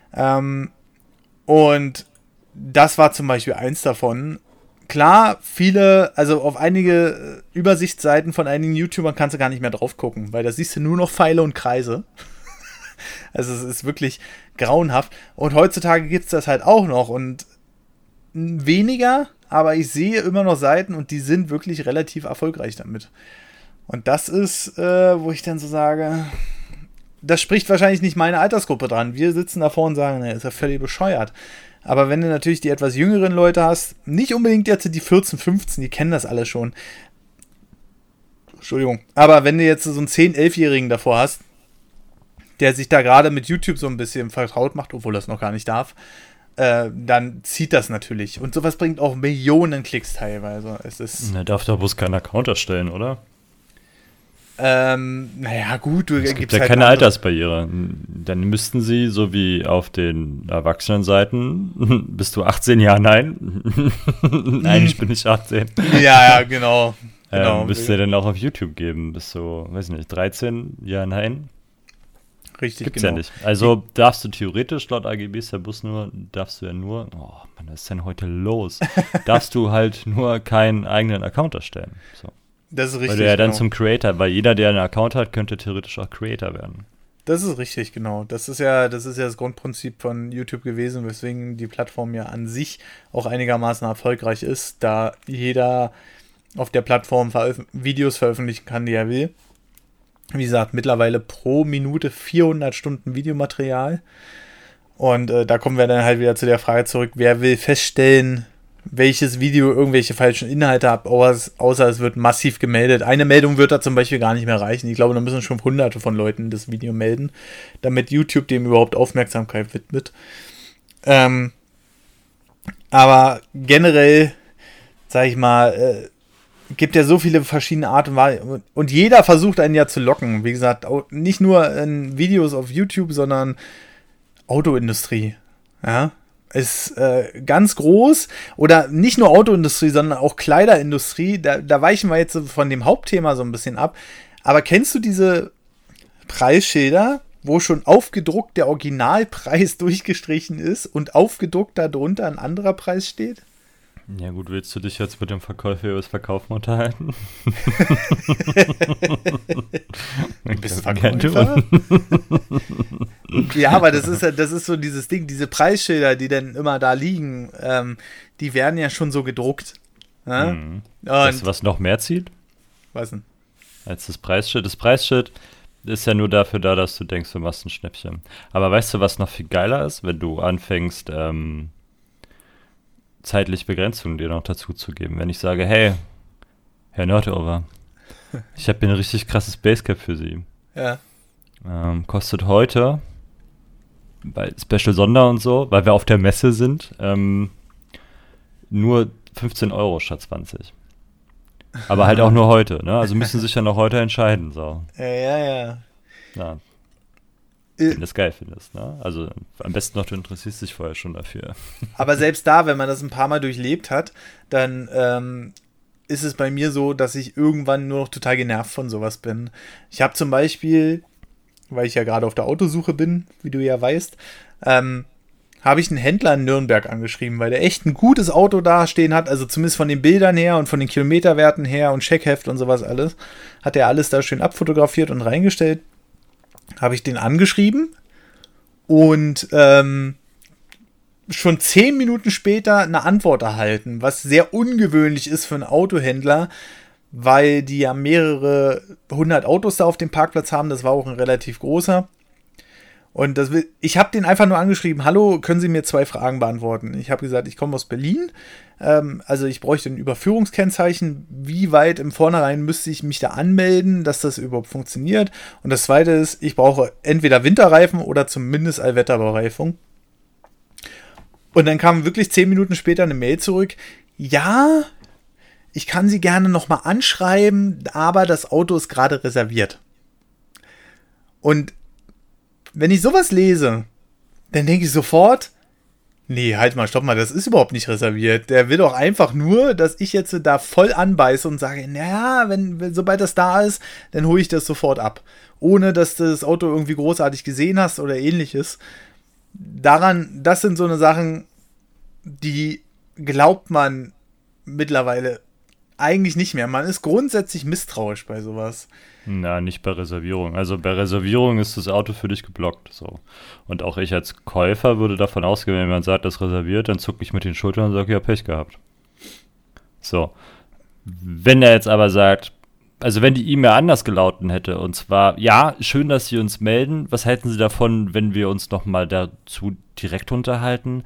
Und das war zum Beispiel eins davon. Klar, viele, also auf einige Übersichtsseiten von einigen YouTubern kannst du gar nicht mehr drauf gucken, weil da siehst du nur noch Pfeile und Kreise. Also es ist wirklich grauenhaft. Und heutzutage gibt es das halt auch noch und weniger, aber ich sehe immer noch Seiten und die sind wirklich relativ erfolgreich damit. Und das ist, wo ich dann so sage, das spricht wahrscheinlich nicht meine Altersgruppe dran. Wir sitzen davor und sagen, ist ja völlig bescheuert. Aber wenn du natürlich die etwas jüngeren Leute hast, nicht unbedingt jetzt die 14, 15, die kennen das alle schon. Entschuldigung. Aber wenn du jetzt so einen 10-, 11-Jährigen davor hast, der sich da gerade mit YouTube so ein bisschen vertraut macht, obwohl das noch gar nicht darf, dann zieht das natürlich. Und sowas bringt auch Millionen Klicks teilweise. Er darf da bloß keinen Account erstellen, oder? Naja, gut, es gibt ja halt keine Altersbarriere. Dann müssten sie, so wie auf den Erwachsenenseiten, bist du 18? Ja, nein. Nein, ich bin nicht 18. Ja, genau. Müsste dann auch auf YouTube geben. Bist du, weiß nicht, 13? Ja, nein. Richtig, Gibt's genau. Ja nicht. Also darfst du theoretisch laut AGBs darfst du ja nur, oh Mann, was ist denn heute los? Darfst du halt nur keinen eigenen Account erstellen. So. Das ist richtig. Weil du ja dann zum Creator, weil jeder, der einen Account hat, könnte theoretisch auch Creator werden. Das ist richtig, genau. Das ist ja das Grundprinzip von YouTube gewesen, weswegen die Plattform ja an sich auch einigermaßen erfolgreich ist, da jeder auf der Plattform Videos veröffentlichen kann, die er will. Wie gesagt, mittlerweile pro Minute 400 Stunden Videomaterial. Und da kommen wir dann halt wieder zu der Frage zurück, wer will feststellen, welches Video irgendwelche falschen Inhalte hat, außer es wird massiv gemeldet. Eine Meldung wird da zum Beispiel gar nicht mehr reichen. Ich glaube, da müssen schon hunderte von Leuten das Video melden, damit YouTube dem überhaupt Aufmerksamkeit widmet. Aber generell, sag ich mal, gibt ja so viele verschiedene Arten und Weisen. Und jeder versucht einen ja zu locken. Wie gesagt, nicht nur in Videos auf YouTube, sondern Autoindustrie. Ja, ist ganz groß. Oder nicht nur Autoindustrie, sondern auch Kleiderindustrie. Da weichen wir jetzt von dem Hauptthema so ein bisschen ab. Aber kennst du diese Preisschilder, wo schon aufgedruckt der Originalpreis durchgestrichen ist und aufgedruckt darunter ein anderer Preis steht? Ja gut, willst du dich jetzt mit dem Verkäufer über das Verkaufen unterhalten? Bist du Verkäufer? Ja, aber das ist so dieses Ding, diese Preisschilder, die dann immer da liegen, die werden ja schon so gedruckt. Ja? Weißt du, was noch mehr zieht? Was denn? Als das Preisschild. Das Preisschild ist ja nur dafür da, dass du denkst, du machst ein Schnäppchen. Aber weißt du, was noch viel geiler ist, wenn du anfängst, zeitliche Begrenzungen dir noch dazu zu geben. Wenn ich sage, hey, Herr Nordover, ich habe hier ein richtig krasses Basecap für Sie. Ja. Kostet heute, bei Special Sonder und so, weil wir auf der Messe sind, nur 15 Euro statt 20. Aber halt auch nur heute, ne? Also müssen sich ja noch heute entscheiden, so. Ja. Wenn du das geil findest, ne? Also am besten noch, du interessierst dich vorher schon dafür. Aber selbst da, wenn man das ein paar Mal durchlebt hat, dann ist es bei mir so, dass ich irgendwann nur noch total genervt von sowas bin. Ich habe zum Beispiel, weil ich ja gerade auf der Autosuche bin, wie du ja weißt, habe ich einen Händler in Nürnberg angeschrieben, weil der echt ein gutes Auto dastehen hat, also zumindest von den Bildern her und von den Kilometerwerten her und Checkheft und sowas alles, hat er alles da schön abfotografiert und reingestellt. Habe ich den angeschrieben und schon 10 Minuten später eine Antwort erhalten, was sehr ungewöhnlich ist für einen Autohändler, weil die ja mehrere 100 Autos da auf dem Parkplatz haben, das war auch ein relativ großer. Und ich habe den einfach nur angeschrieben, hallo, können Sie mir 2 Fragen beantworten? Ich habe gesagt, ich komme aus Berlin, also ich bräuchte ein Überführungskennzeichen, wie weit im Vornherein müsste ich mich da anmelden, dass das überhaupt funktioniert? Und das Zweite ist, ich brauche entweder Winterreifen oder zumindest Allwetterbereifung. Und dann kam wirklich 10 Minuten später eine Mail zurück, ja, ich kann Sie gerne nochmal anschreiben, aber das Auto ist gerade reserviert. Und wenn ich sowas lese, dann denke ich sofort, nee, halt mal, stopp mal, das ist überhaupt nicht reserviert. Der will doch einfach nur, dass ich jetzt da voll anbeiße und sage, naja, sobald das da ist, dann hole ich das sofort ab. Ohne, dass du das Auto irgendwie großartig gesehen hast oder ähnliches. Das sind so eine Sachen, die glaubt man mittlerweile eigentlich nicht mehr. Man ist grundsätzlich misstrauisch bei sowas. Na, nicht bei Reservierung. Also bei Reservierung ist das Auto für dich geblockt. So. Und auch ich als Käufer würde davon ausgehen, wenn man sagt, das ist reserviert, dann zucke ich mit den Schultern und sage, ja, Pech gehabt. So. Wenn er jetzt aber sagt, also wenn die E-Mail anders gelauten hätte, und zwar, ja, schön, dass Sie uns melden, was halten Sie davon, wenn wir uns nochmal dazu direkt unterhalten?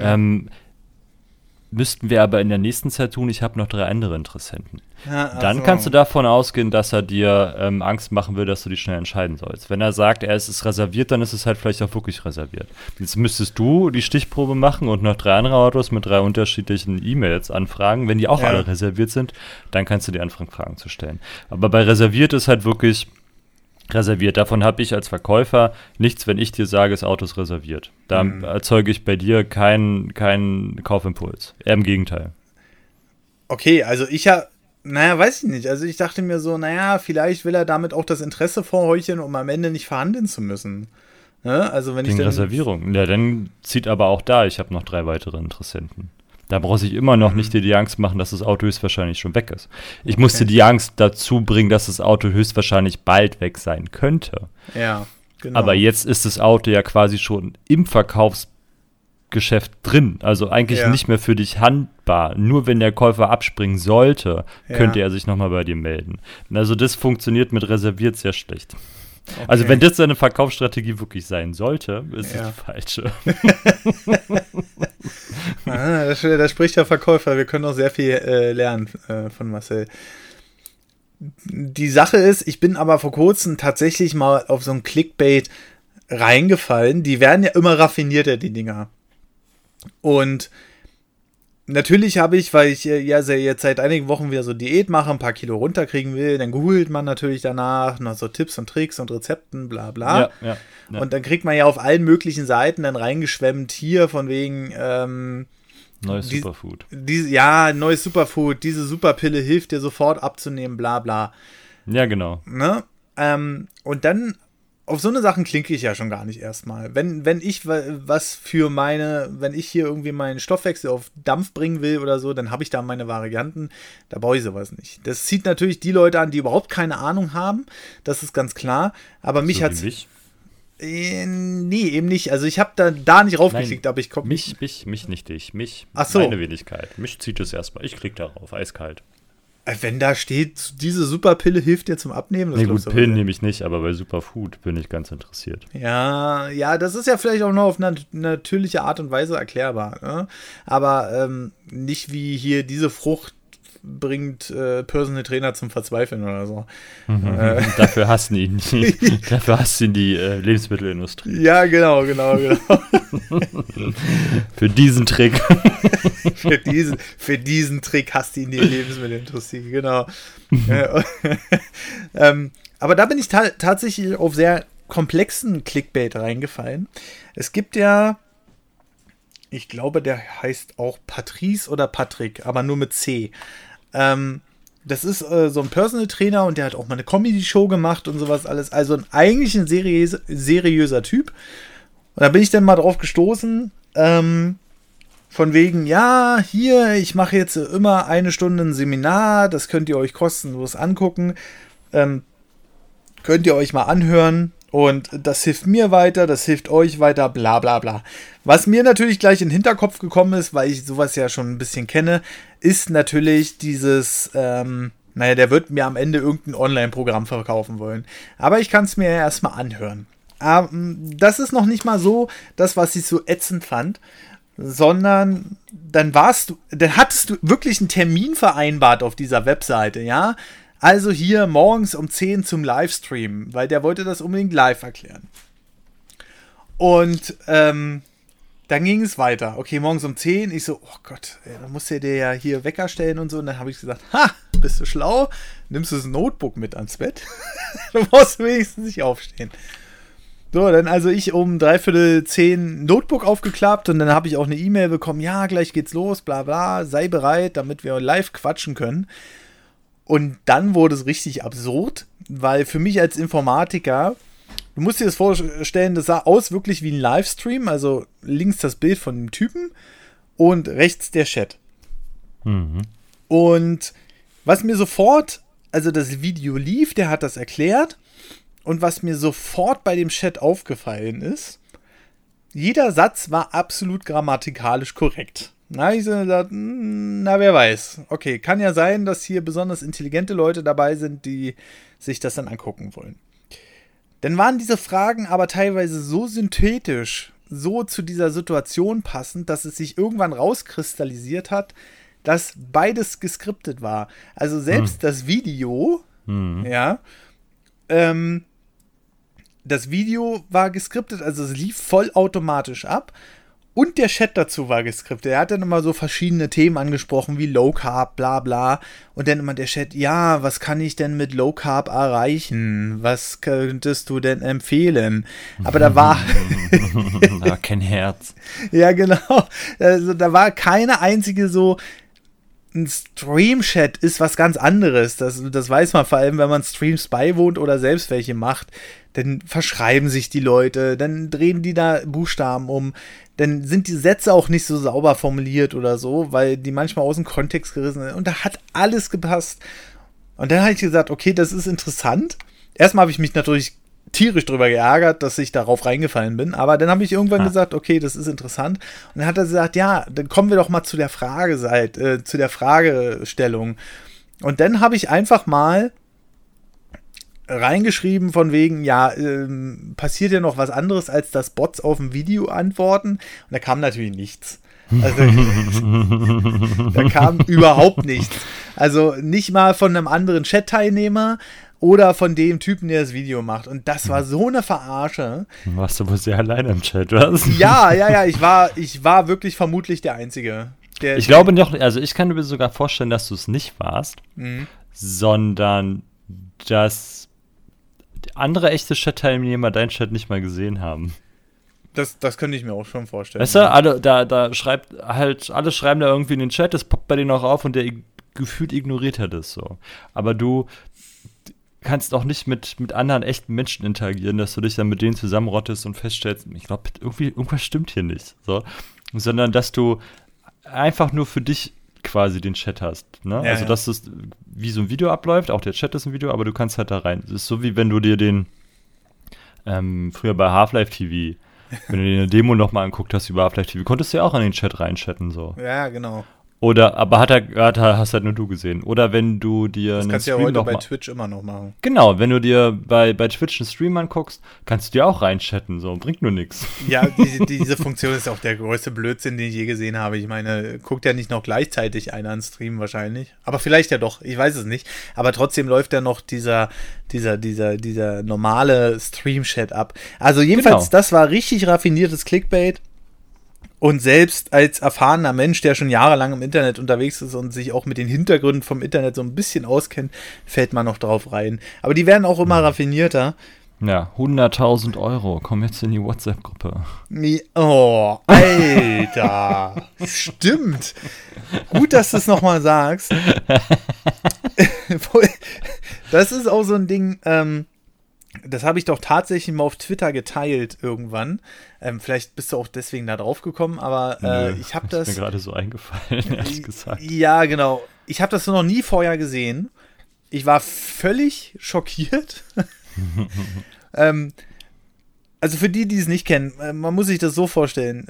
Müssten wir aber in der nächsten Zeit tun, ich habe noch 3 andere Interessenten. Ja, dann kannst du davon ausgehen, dass er dir Angst machen will, dass du dich schnell entscheiden sollst. Wenn er sagt, es ist reserviert, dann ist es halt vielleicht auch wirklich reserviert. Jetzt müsstest du die Stichprobe machen und noch 3 andere Autos mit 3 unterschiedlichen E-Mails anfragen. Wenn die auch alle reserviert sind, dann kannst du dir anfangen, Fragen zu stellen. Aber bei reserviert ist halt wirklich reserviert. Davon habe ich als Verkäufer nichts, wenn ich dir sage, das Auto ist reserviert. Da erzeuge ich bei dir keinen Kaufimpuls. Eher im Gegenteil. Okay, also weiß ich nicht. Also ich dachte mir so, vielleicht will er damit auch das Interesse vorheucheln, um am Ende nicht verhandeln zu müssen. Ne? Also wenn Wegen Reservierung. Ja, dann zieht aber auch da, ich habe noch 3 weitere Interessenten. Da brauchst ich immer noch nicht dir die Angst machen, dass das Auto höchstwahrscheinlich schon weg ist. Ich musste die Angst dazu bringen, dass das Auto höchstwahrscheinlich bald weg sein könnte. Ja, genau. Aber jetzt ist das Auto ja quasi schon im Geschäft drin, also eigentlich nicht mehr für dich handbar. Nur wenn der Käufer abspringen sollte, könnte er sich nochmal bei dir melden. Also das funktioniert mit reserviert sehr schlecht. Okay. Also wenn das deine Verkaufsstrategie wirklich sein sollte, ist es die falsche. Da spricht der Verkäufer. Wir können auch sehr viel lernen von Marcel. Die Sache ist, ich bin aber vor kurzem tatsächlich mal auf so ein Clickbait reingefallen. Die werden ja immer raffinierter, die Dinger. Und natürlich habe ich, weil ich jetzt seit einigen Wochen wieder so Diät mache, ein paar Kilo runterkriegen will, dann googelt man natürlich danach noch so Tipps und Tricks und Rezepten, bla bla. Ja. Und dann kriegt man ja auf allen möglichen Seiten dann reingeschwemmt, hier von wegen neues Superfood. Neues Superfood, diese Superpille hilft dir sofort abzunehmen, bla bla. Ja, genau. Ne? Und dann auf so eine Sachen klinke ich ja schon gar nicht erstmal. Wenn ich wenn ich hier irgendwie meinen Stoffwechsel auf Dampf bringen will oder so, dann habe ich da meine Varianten, da brauche ich sowas nicht. Das zieht natürlich die Leute an, die überhaupt keine Ahnung haben, das ist ganz klar, aber mich hat's... Nee, eben nicht. Also ich habe da nicht raufgeklickt, aber ich komme... Mich nicht dich. Ach so. Meine Wenigkeit. Mich zieht es erstmal. Ich klicke darauf, eiskalt. Wenn da steht, diese Superpille hilft dir zum Abnehmen. Nee, gut, Pillen nehme ich nicht, aber bei Superfood bin ich ganz interessiert. Ja, das ist ja vielleicht auch noch auf eine natürliche Art und Weise erklärbar. Ne? Aber nicht wie hier diese Frucht bringt Personal Trainer zum Verzweifeln oder so. Dafür hassen ihn die Lebensmittelindustrie. Ja, genau. Für diesen Trick. für diesen Trick hasst ihn die Lebensmittelindustrie, genau. Aber da bin ich tatsächlich auf sehr komplexen Clickbait reingefallen. Es gibt ja, ich glaube, der heißt auch Patrice oder Patrick, aber nur mit C. Das ist so ein Personal Trainer und der hat auch mal eine Comedy-Show gemacht und sowas alles. Also eigentlich ein seriöser Typ. Und da bin ich dann mal drauf gestoßen, von wegen, ja, hier, ich mache jetzt immer 1 Stunde ein Seminar, das könnt ihr euch kostenlos angucken. Könnt ihr euch mal anhören. Und das hilft mir weiter, das hilft euch weiter, bla bla bla. Was mir natürlich gleich in den Hinterkopf gekommen ist, weil ich sowas ja schon ein bisschen kenne, ist natürlich dieses, der wird mir am Ende irgendein Online-Programm verkaufen wollen. Aber ich kann es mir ja erstmal anhören. Aber das ist noch nicht mal so das, was ich so ätzend fand, sondern dann hattest du wirklich einen Termin vereinbart auf dieser Webseite, ja? Also hier morgens um 10 zum Livestream, weil der wollte das unbedingt live erklären. Und dann ging es weiter. Okay, morgens um 10. Ich so, oh Gott, dann musst du dir ja hier Wecker stellen und so. Und dann habe ich gesagt, bist du schlau? Nimmst du das Notebook mit ans Bett? Du brauchst wenigstens nicht aufstehen. So, dann also ich um 9:45 Notebook aufgeklappt und dann habe ich auch eine E-Mail bekommen, ja, gleich geht's los, bla bla, sei bereit, damit wir live quatschen können. Und dann wurde es richtig absurd, weil für mich als Informatiker, du musst dir das vorstellen, das sah aus wirklich wie ein Livestream, also links das Bild von dem Typen und rechts der Chat. Mhm. Und was mir sofort, also das Video lief, der hat das erklärt und was mir sofort bei dem Chat aufgefallen ist, jeder Satz war absolut grammatikalisch korrekt. Na, ich so gesagt, wer weiß. Okay, kann ja sein, dass hier besonders intelligente Leute dabei sind, die sich das dann angucken wollen. Dann waren diese Fragen aber teilweise so synthetisch, so zu dieser Situation passend, dass es sich irgendwann rauskristallisiert hat, dass beides geskriptet war. Also selbst das Video, das Video war geskriptet, also es lief vollautomatisch ab. Und der Chat dazu war geskriptet. Er hat dann immer so verschiedene Themen angesprochen, wie Low Carb, bla bla. Und dann immer der Chat, ja, was kann ich denn mit Low Carb erreichen? Was könntest du denn empfehlen? Aber da war... kein Herz. Ja, genau. Also da war keine einzige so... Ein Stream-Chat ist was ganz anderes. Das weiß man vor allem, wenn man Streams beiwohnt oder selbst welche macht. Dann verschreiben sich die Leute, dann drehen die da Buchstaben um, dann sind die Sätze auch nicht so sauber formuliert oder so, weil die manchmal aus dem Kontext gerissen sind. Und da hat alles gepasst. Und dann habe ich gesagt, okay, das ist interessant. Erstmal habe ich mich natürlich tierisch drüber geärgert, dass ich darauf reingefallen bin. Aber dann habe ich irgendwann gesagt, okay, das ist interessant. Und dann hat er gesagt, ja, dann kommen wir doch mal zu der zu der Fragestellung. Und dann habe ich einfach mal reingeschrieben von wegen, ja, passiert ja noch was anderes, als dass Bots auf ein Video antworten. Und da kam natürlich nichts. Also, da kam überhaupt nichts. Also nicht mal von einem anderen Chat-Teilnehmer oder von dem Typen, der das Video macht. Und das war so eine Verarsche. Warst du wohl sehr allein im Chat, was? Ja, ich war wirklich vermutlich der Einzige. Ich glaube noch, also ich kann mir sogar vorstellen, dass du es nicht warst, sondern dass andere echte Chat-Teilnehmer deinen Chat nicht mal gesehen haben. Das könnte ich mir auch schon vorstellen. Weißt du, da schreibt halt, alle schreiben da irgendwie in den Chat, das poppt bei denen auch auf und der gefühlt ignoriert er das so. Aber du kannst auch nicht mit anderen echten Menschen interagieren, dass du dich dann mit denen zusammenrottest und feststellst, ich glaube, irgendwas stimmt hier nicht. So. Sondern dass du einfach nur für dich quasi den Chat hast. Ne? Ja, also, dass das wie so ein Video abläuft, auch der Chat ist ein Video, aber du kannst halt da rein. Es ist so, wie wenn du dir den früher bei Half-Life TV, wenn du dir eine Demo nochmal anguckt hast über Half-Life TV, konntest du ja auch in den Chat reinchatten. So. Ja, genau. Oder, aber hast halt nur du gesehen. Oder wenn du dir das einen kannst du ja Stream heute bei Twitch immer noch machen. Genau, wenn du dir bei Twitch einen Stream anguckst, kannst du dir auch reinchatten, so, bringt nur nichts. Ja, diese Funktion ist auch der größte Blödsinn, den ich je gesehen habe. Ich meine, guckt ja nicht noch gleichzeitig einer an Stream wahrscheinlich. Aber vielleicht ja doch, ich weiß es nicht. Aber trotzdem läuft ja noch dieser normale Stream-Chat ab. Also jedenfalls, Das war richtig raffiniertes Clickbait. Und selbst als erfahrener Mensch, der schon jahrelang im Internet unterwegs ist und sich auch mit den Hintergründen vom Internet so ein bisschen auskennt, fällt man noch drauf rein. Aber die werden auch immer raffinierter. Ja, 100.000 Euro. Komm jetzt in die WhatsApp-Gruppe. Oh, Alter. Stimmt. Gut, dass du es nochmal sagst. Das ist auch so ein Ding, das habe ich doch tatsächlich mal auf Twitter geteilt irgendwann. Vielleicht bist du auch deswegen da drauf gekommen, aber ich habe das... Ist mir gerade so eingefallen, ehrlich gesagt. Ja, genau. Ich habe das noch nie vorher gesehen. Ich war völlig schockiert. Also für die es nicht kennen, man muss sich das so vorstellen.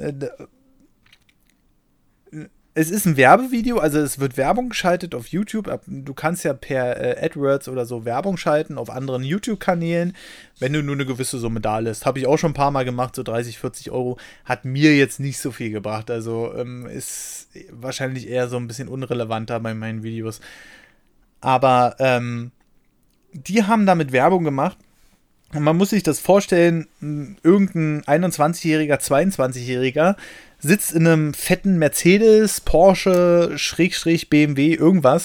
Es ist ein Werbevideo, also es wird Werbung geschaltet auf YouTube. Du kannst ja per AdWords oder so Werbung schalten auf anderen YouTube-Kanälen, wenn du nur eine gewisse Summe da lässt. Habe ich auch schon ein paar Mal gemacht, so 30, 40 Euro. Hat mir jetzt nicht so viel gebracht. Also ist wahrscheinlich eher so ein bisschen unrelevanter bei meinen Videos. Aber die haben damit Werbung gemacht. Und man muss sich das vorstellen, irgendein 21-Jähriger, 22-Jähriger sitzt in einem fetten Mercedes, Porsche, / BMW, irgendwas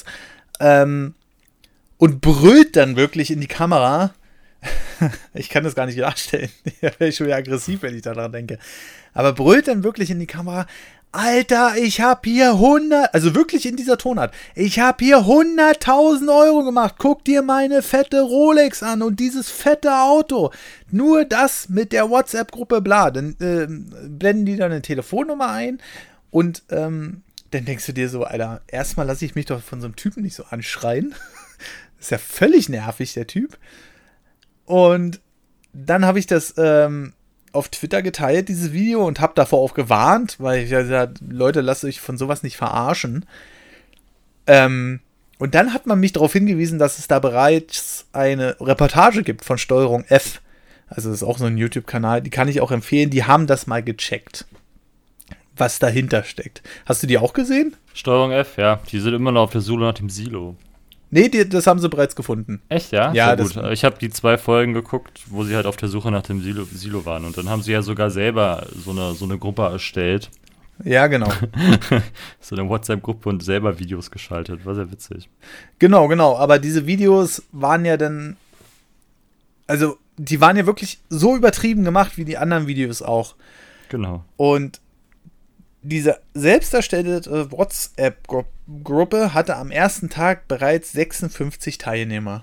und brüllt dann wirklich in die Kamera. Ich kann das gar nicht darstellen. Da wäre ich schon wieder aggressiv, wenn ich daran denke. Aber brüllt dann wirklich in die Kamera: Alter, ich hab hier 100, also wirklich in dieser Tonart, ich hab hier 100.000 Euro gemacht, guck dir meine fette Rolex an und dieses fette Auto, nur das mit der WhatsApp-Gruppe, bla, dann blenden die dann eine Telefonnummer ein und dann denkst du dir so, Alter, erstmal lasse ich mich doch von so einem Typen nicht so anschreien, ist ja völlig nervig, der Typ, und dann habe ich das auf Twitter geteilt, dieses Video, und habe davor auch gewarnt, weil ich ja gesagt, Leute, lasst euch von sowas nicht verarschen. Und dann hat man mich darauf hingewiesen, dass es da bereits eine Reportage gibt von Steuerung F. Also das ist auch so ein YouTube-Kanal, die kann ich auch empfehlen, die haben das mal gecheckt, was dahinter steckt. Hast du die auch gesehen? Steuerung F, ja. Die sind immer noch auf der Suche nach dem Silo. Nee, das haben sie bereits gefunden. Echt, ja? Ja, gut. Ich habe die 2 Folgen geguckt, wo sie halt auf der Suche nach dem Silo waren. Und dann haben sie ja sogar selber so eine Gruppe erstellt. Ja, genau. So eine WhatsApp-Gruppe und selber Videos geschaltet. War sehr witzig. Genau. Aber diese Videos waren ja dann, also die waren ja wirklich so übertrieben gemacht wie die anderen Videos auch. Genau. Und diese selbst erstellte WhatsApp-Gruppe hatte am ersten Tag bereits 56 Teilnehmer.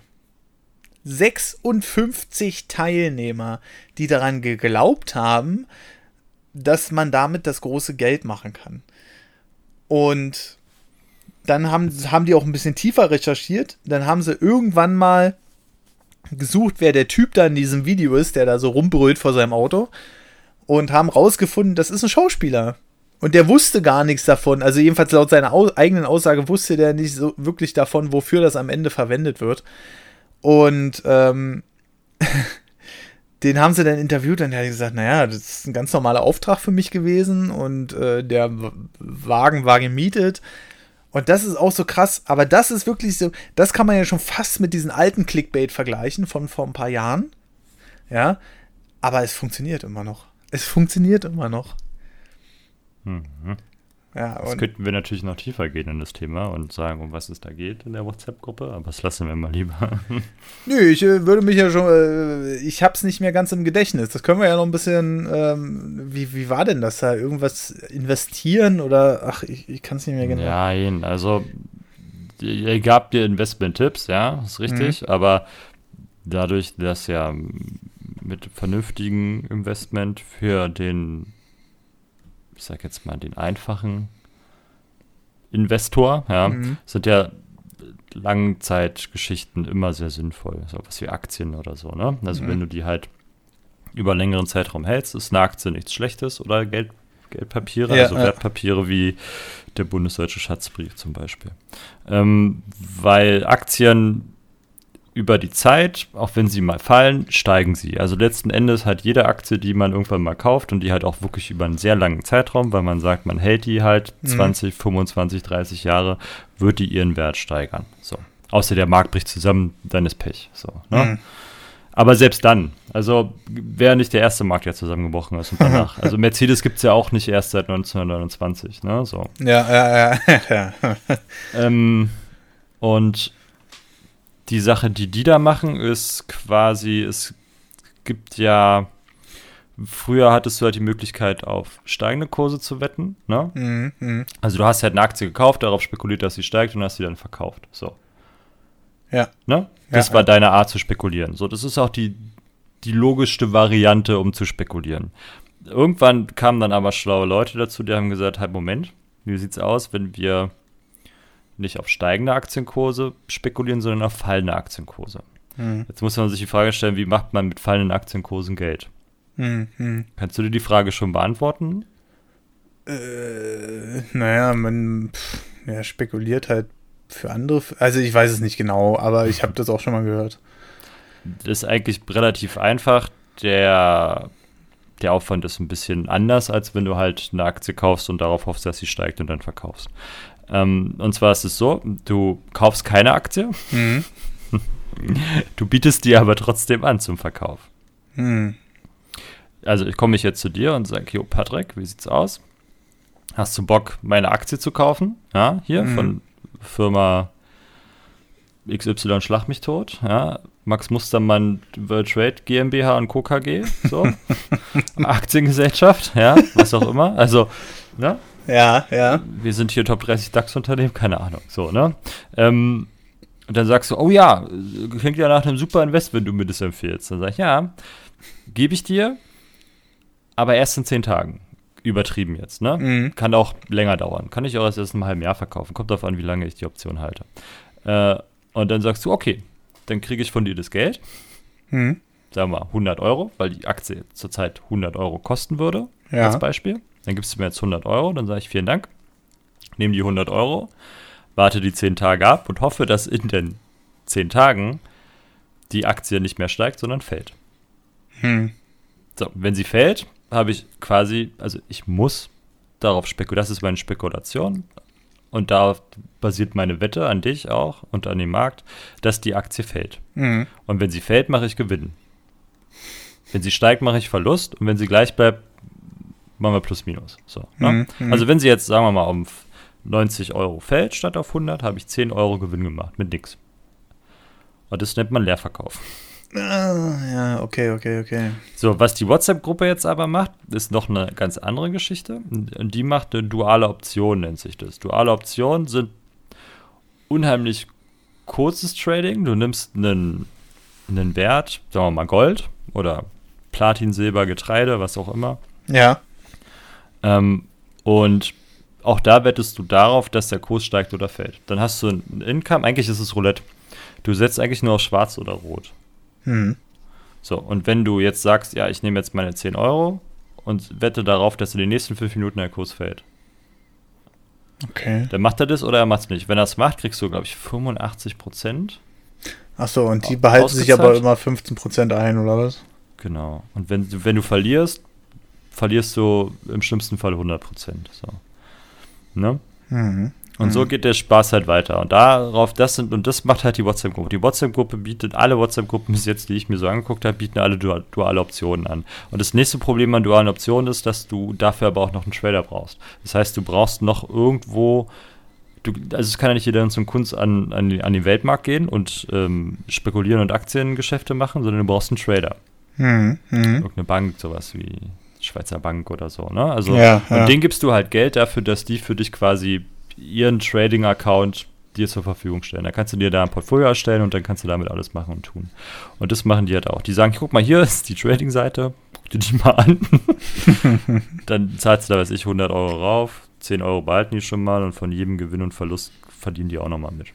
56 Teilnehmer, die daran geglaubt haben, dass man damit das große Geld machen kann. Und dann haben die auch ein bisschen tiefer recherchiert. Dann haben sie irgendwann mal gesucht, wer der Typ da in diesem Video ist, der da so rumbrüllt vor seinem Auto. Und haben rausgefunden, das ist ein Schauspieler. Und der wusste gar nichts davon. Also jedenfalls laut seiner eigenen Aussage wusste der nicht so wirklich davon, wofür das am Ende verwendet wird. Und den haben sie dann interviewt und der hat gesagt, naja, das ist ein ganz normaler Auftrag für mich gewesen und der Wagen war gemietet. Und das ist auch so krass, aber das ist wirklich so, das kann man ja schon fast mit diesen alten Clickbait vergleichen von vor ein paar Jahren. Ja, aber es funktioniert immer noch. Es funktioniert immer noch. Mhm. Ja, Jetzt könnten wir natürlich noch tiefer gehen in das Thema und sagen, um was es da geht in der WhatsApp-Gruppe, aber das lassen wir mal lieber. Nö, ich würde mich ja schon, ich hab's nicht mehr ganz im Gedächtnis. Das können wir ja noch ein bisschen, wie war denn das da? Irgendwas investieren oder, ach, ich kann es nicht mehr genau. Ja, also ihr gab dir Investment-Tipps, ja, ist richtig, aber dadurch, dass ja mit vernünftigem Investment für den, ich sag jetzt mal, den einfachen Investor, ja, sind ja Langzeitgeschichten immer sehr sinnvoll. So was wie Aktien oder so, ne? Also wenn du die halt über einen längeren Zeitraum hältst, ist eine Aktie nichts Schlechtes oder Geldpapiere, also Wertpapiere wie der bundesdeutsche Schatzbrief zum Beispiel. Weil Aktien über die Zeit, auch wenn sie mal fallen, steigen sie. Also letzten Endes hat jede Aktie, die man irgendwann mal kauft und die halt auch wirklich über einen sehr langen Zeitraum, weil man sagt, man hält die halt 20, 25, 30 Jahre, wird die ihren Wert steigern. So. Außer der Markt bricht zusammen, dann ist Pech. So, ne? Aber selbst dann, also wäre nicht der erste Markt, der zusammengebrochen ist und danach. Also Mercedes gibt es ja auch nicht erst seit 1929, ne? So. Ja. Und die Sache, die da machen, ist quasi, es gibt ja, früher hattest du halt die Möglichkeit, auf steigende Kurse zu wetten, ne? Also du hast halt eine Aktie gekauft, darauf spekuliert, dass sie steigt und hast sie dann verkauft, so. Ja. Ne? Das war deine Art zu spekulieren. So, das ist auch die logischste Variante, um zu spekulieren. Irgendwann kamen dann aber schlaue Leute dazu, die haben gesagt, halt, Moment, wie sieht's aus, wenn wir nicht auf steigende Aktienkurse spekulieren, sondern auf fallende Aktienkurse. Jetzt muss man sich die Frage stellen, wie macht man mit fallenden Aktienkursen Geld? Kannst du dir die Frage schon beantworten? Naja, man spekuliert halt für andere, also ich weiß es nicht genau, aber ich habe das auch schon mal gehört. Das ist eigentlich relativ einfach. Der Aufwand ist ein bisschen anders, als wenn du halt eine Aktie kaufst und darauf hoffst, dass sie steigt und dann verkaufst. Und zwar ist es so, du kaufst keine Aktie, du bietest die aber trotzdem an zum Verkauf. Also ich komme jetzt zu dir und sage, jo Patrick, wie sieht's aus? Hast du Bock, meine Aktie zu kaufen? Ja, hier von Firma XY Schlag mich tot, ja, Max Mustermann World Trade GmbH und Co. KG, so, Aktiengesellschaft, ja, was auch immer, also, ne? Ja. Wir sind hier Top 30 DAX-Unternehmen, keine Ahnung, so, ne? Und dann sagst du, oh ja, klingt ja nach einem super Invest, wenn du mir das empfiehlst. Dann sag ich, ja, gebe ich dir, aber erst in 10 Tagen. Übertrieben jetzt, ne? Kann auch länger dauern. Kann ich auch erst in einem halben Jahr verkaufen. Kommt darauf an, wie lange ich die Option halte. Und dann sagst du, okay, dann kriege ich von dir das Geld. Sagen wir mal 100 Euro, weil die Aktie zurzeit 100 Euro kosten würde, als Beispiel. Dann gibst du mir jetzt 100 Euro, dann sage ich vielen Dank. Nehme die 100 Euro, warte die 10 Tage ab und hoffe, dass in den 10 Tagen die Aktie nicht mehr steigt, sondern fällt. So, wenn sie fällt, habe ich quasi, also ich muss darauf spekulieren, das ist meine Spekulation und darauf basiert meine Wette an dich auch und an den Markt, dass die Aktie fällt. Und wenn sie fällt, mache ich Gewinn. Wenn sie steigt, mache ich Verlust und wenn sie gleich bleibt, machen wir plus minus. So, ne? Also wenn sie jetzt, sagen wir mal, um 90 Euro fällt statt auf 100, habe ich 10 Euro Gewinn gemacht, mit nix. Und das nennt man Leerverkauf. Ja, okay. So, was die WhatsApp-Gruppe jetzt aber macht, ist noch eine ganz andere Geschichte. Und die macht eine duale Option, nennt sich das. Duale Optionen sind unheimlich kurzes Trading. Du nimmst einen Wert, sagen wir mal Gold oder Platin, Silber, Getreide, was auch immer. Ja. Und auch da wettest du darauf, dass der Kurs steigt oder fällt. Dann hast du ein Income, eigentlich ist es Roulette. Du setzt eigentlich nur auf schwarz oder rot. So, und wenn du jetzt sagst, ja, ich nehme jetzt meine 10 Euro und wette darauf, dass in den nächsten 5 Minuten der Kurs fällt. Okay. Dann macht er das oder er macht es nicht. Wenn er es macht, kriegst du, glaube ich, 85%. Achso, und die behalten sich aber immer 15% ein, oder was? Genau. Und wenn du verlierst du im schlimmsten Fall 100%. So. Ne? Und so geht der Spaß halt weiter. Und das macht halt die WhatsApp-Gruppe. Die WhatsApp-Gruppe alle WhatsApp-Gruppen bis jetzt, die ich mir so angeguckt habe, bieten alle duale Optionen an. Und das nächste Problem an dualen Optionen ist, dass du dafür aber auch noch einen Trader brauchst. Das heißt, du brauchst noch irgendwo, also es kann ja nicht jeder zum Kunst an den Weltmarkt gehen und spekulieren und Aktiengeschäfte machen, sondern du brauchst einen Trader. Irgendeine Bank, sowas wie Schweizer Bank oder so, ne? Also, und denen gibst du halt Geld dafür, dass die für dich quasi ihren Trading-Account dir zur Verfügung stellen. Da kannst du dir da ein Portfolio erstellen und dann kannst du damit alles machen und tun. Und das machen die halt auch. Die sagen, guck mal, hier ist die Trading-Seite, guck dir die mal an. Dann zahlst du da, weiß ich, 100 Euro rauf, 10 Euro behalten die schon mal und von jedem Gewinn und Verlust verdienen die auch nochmal mit.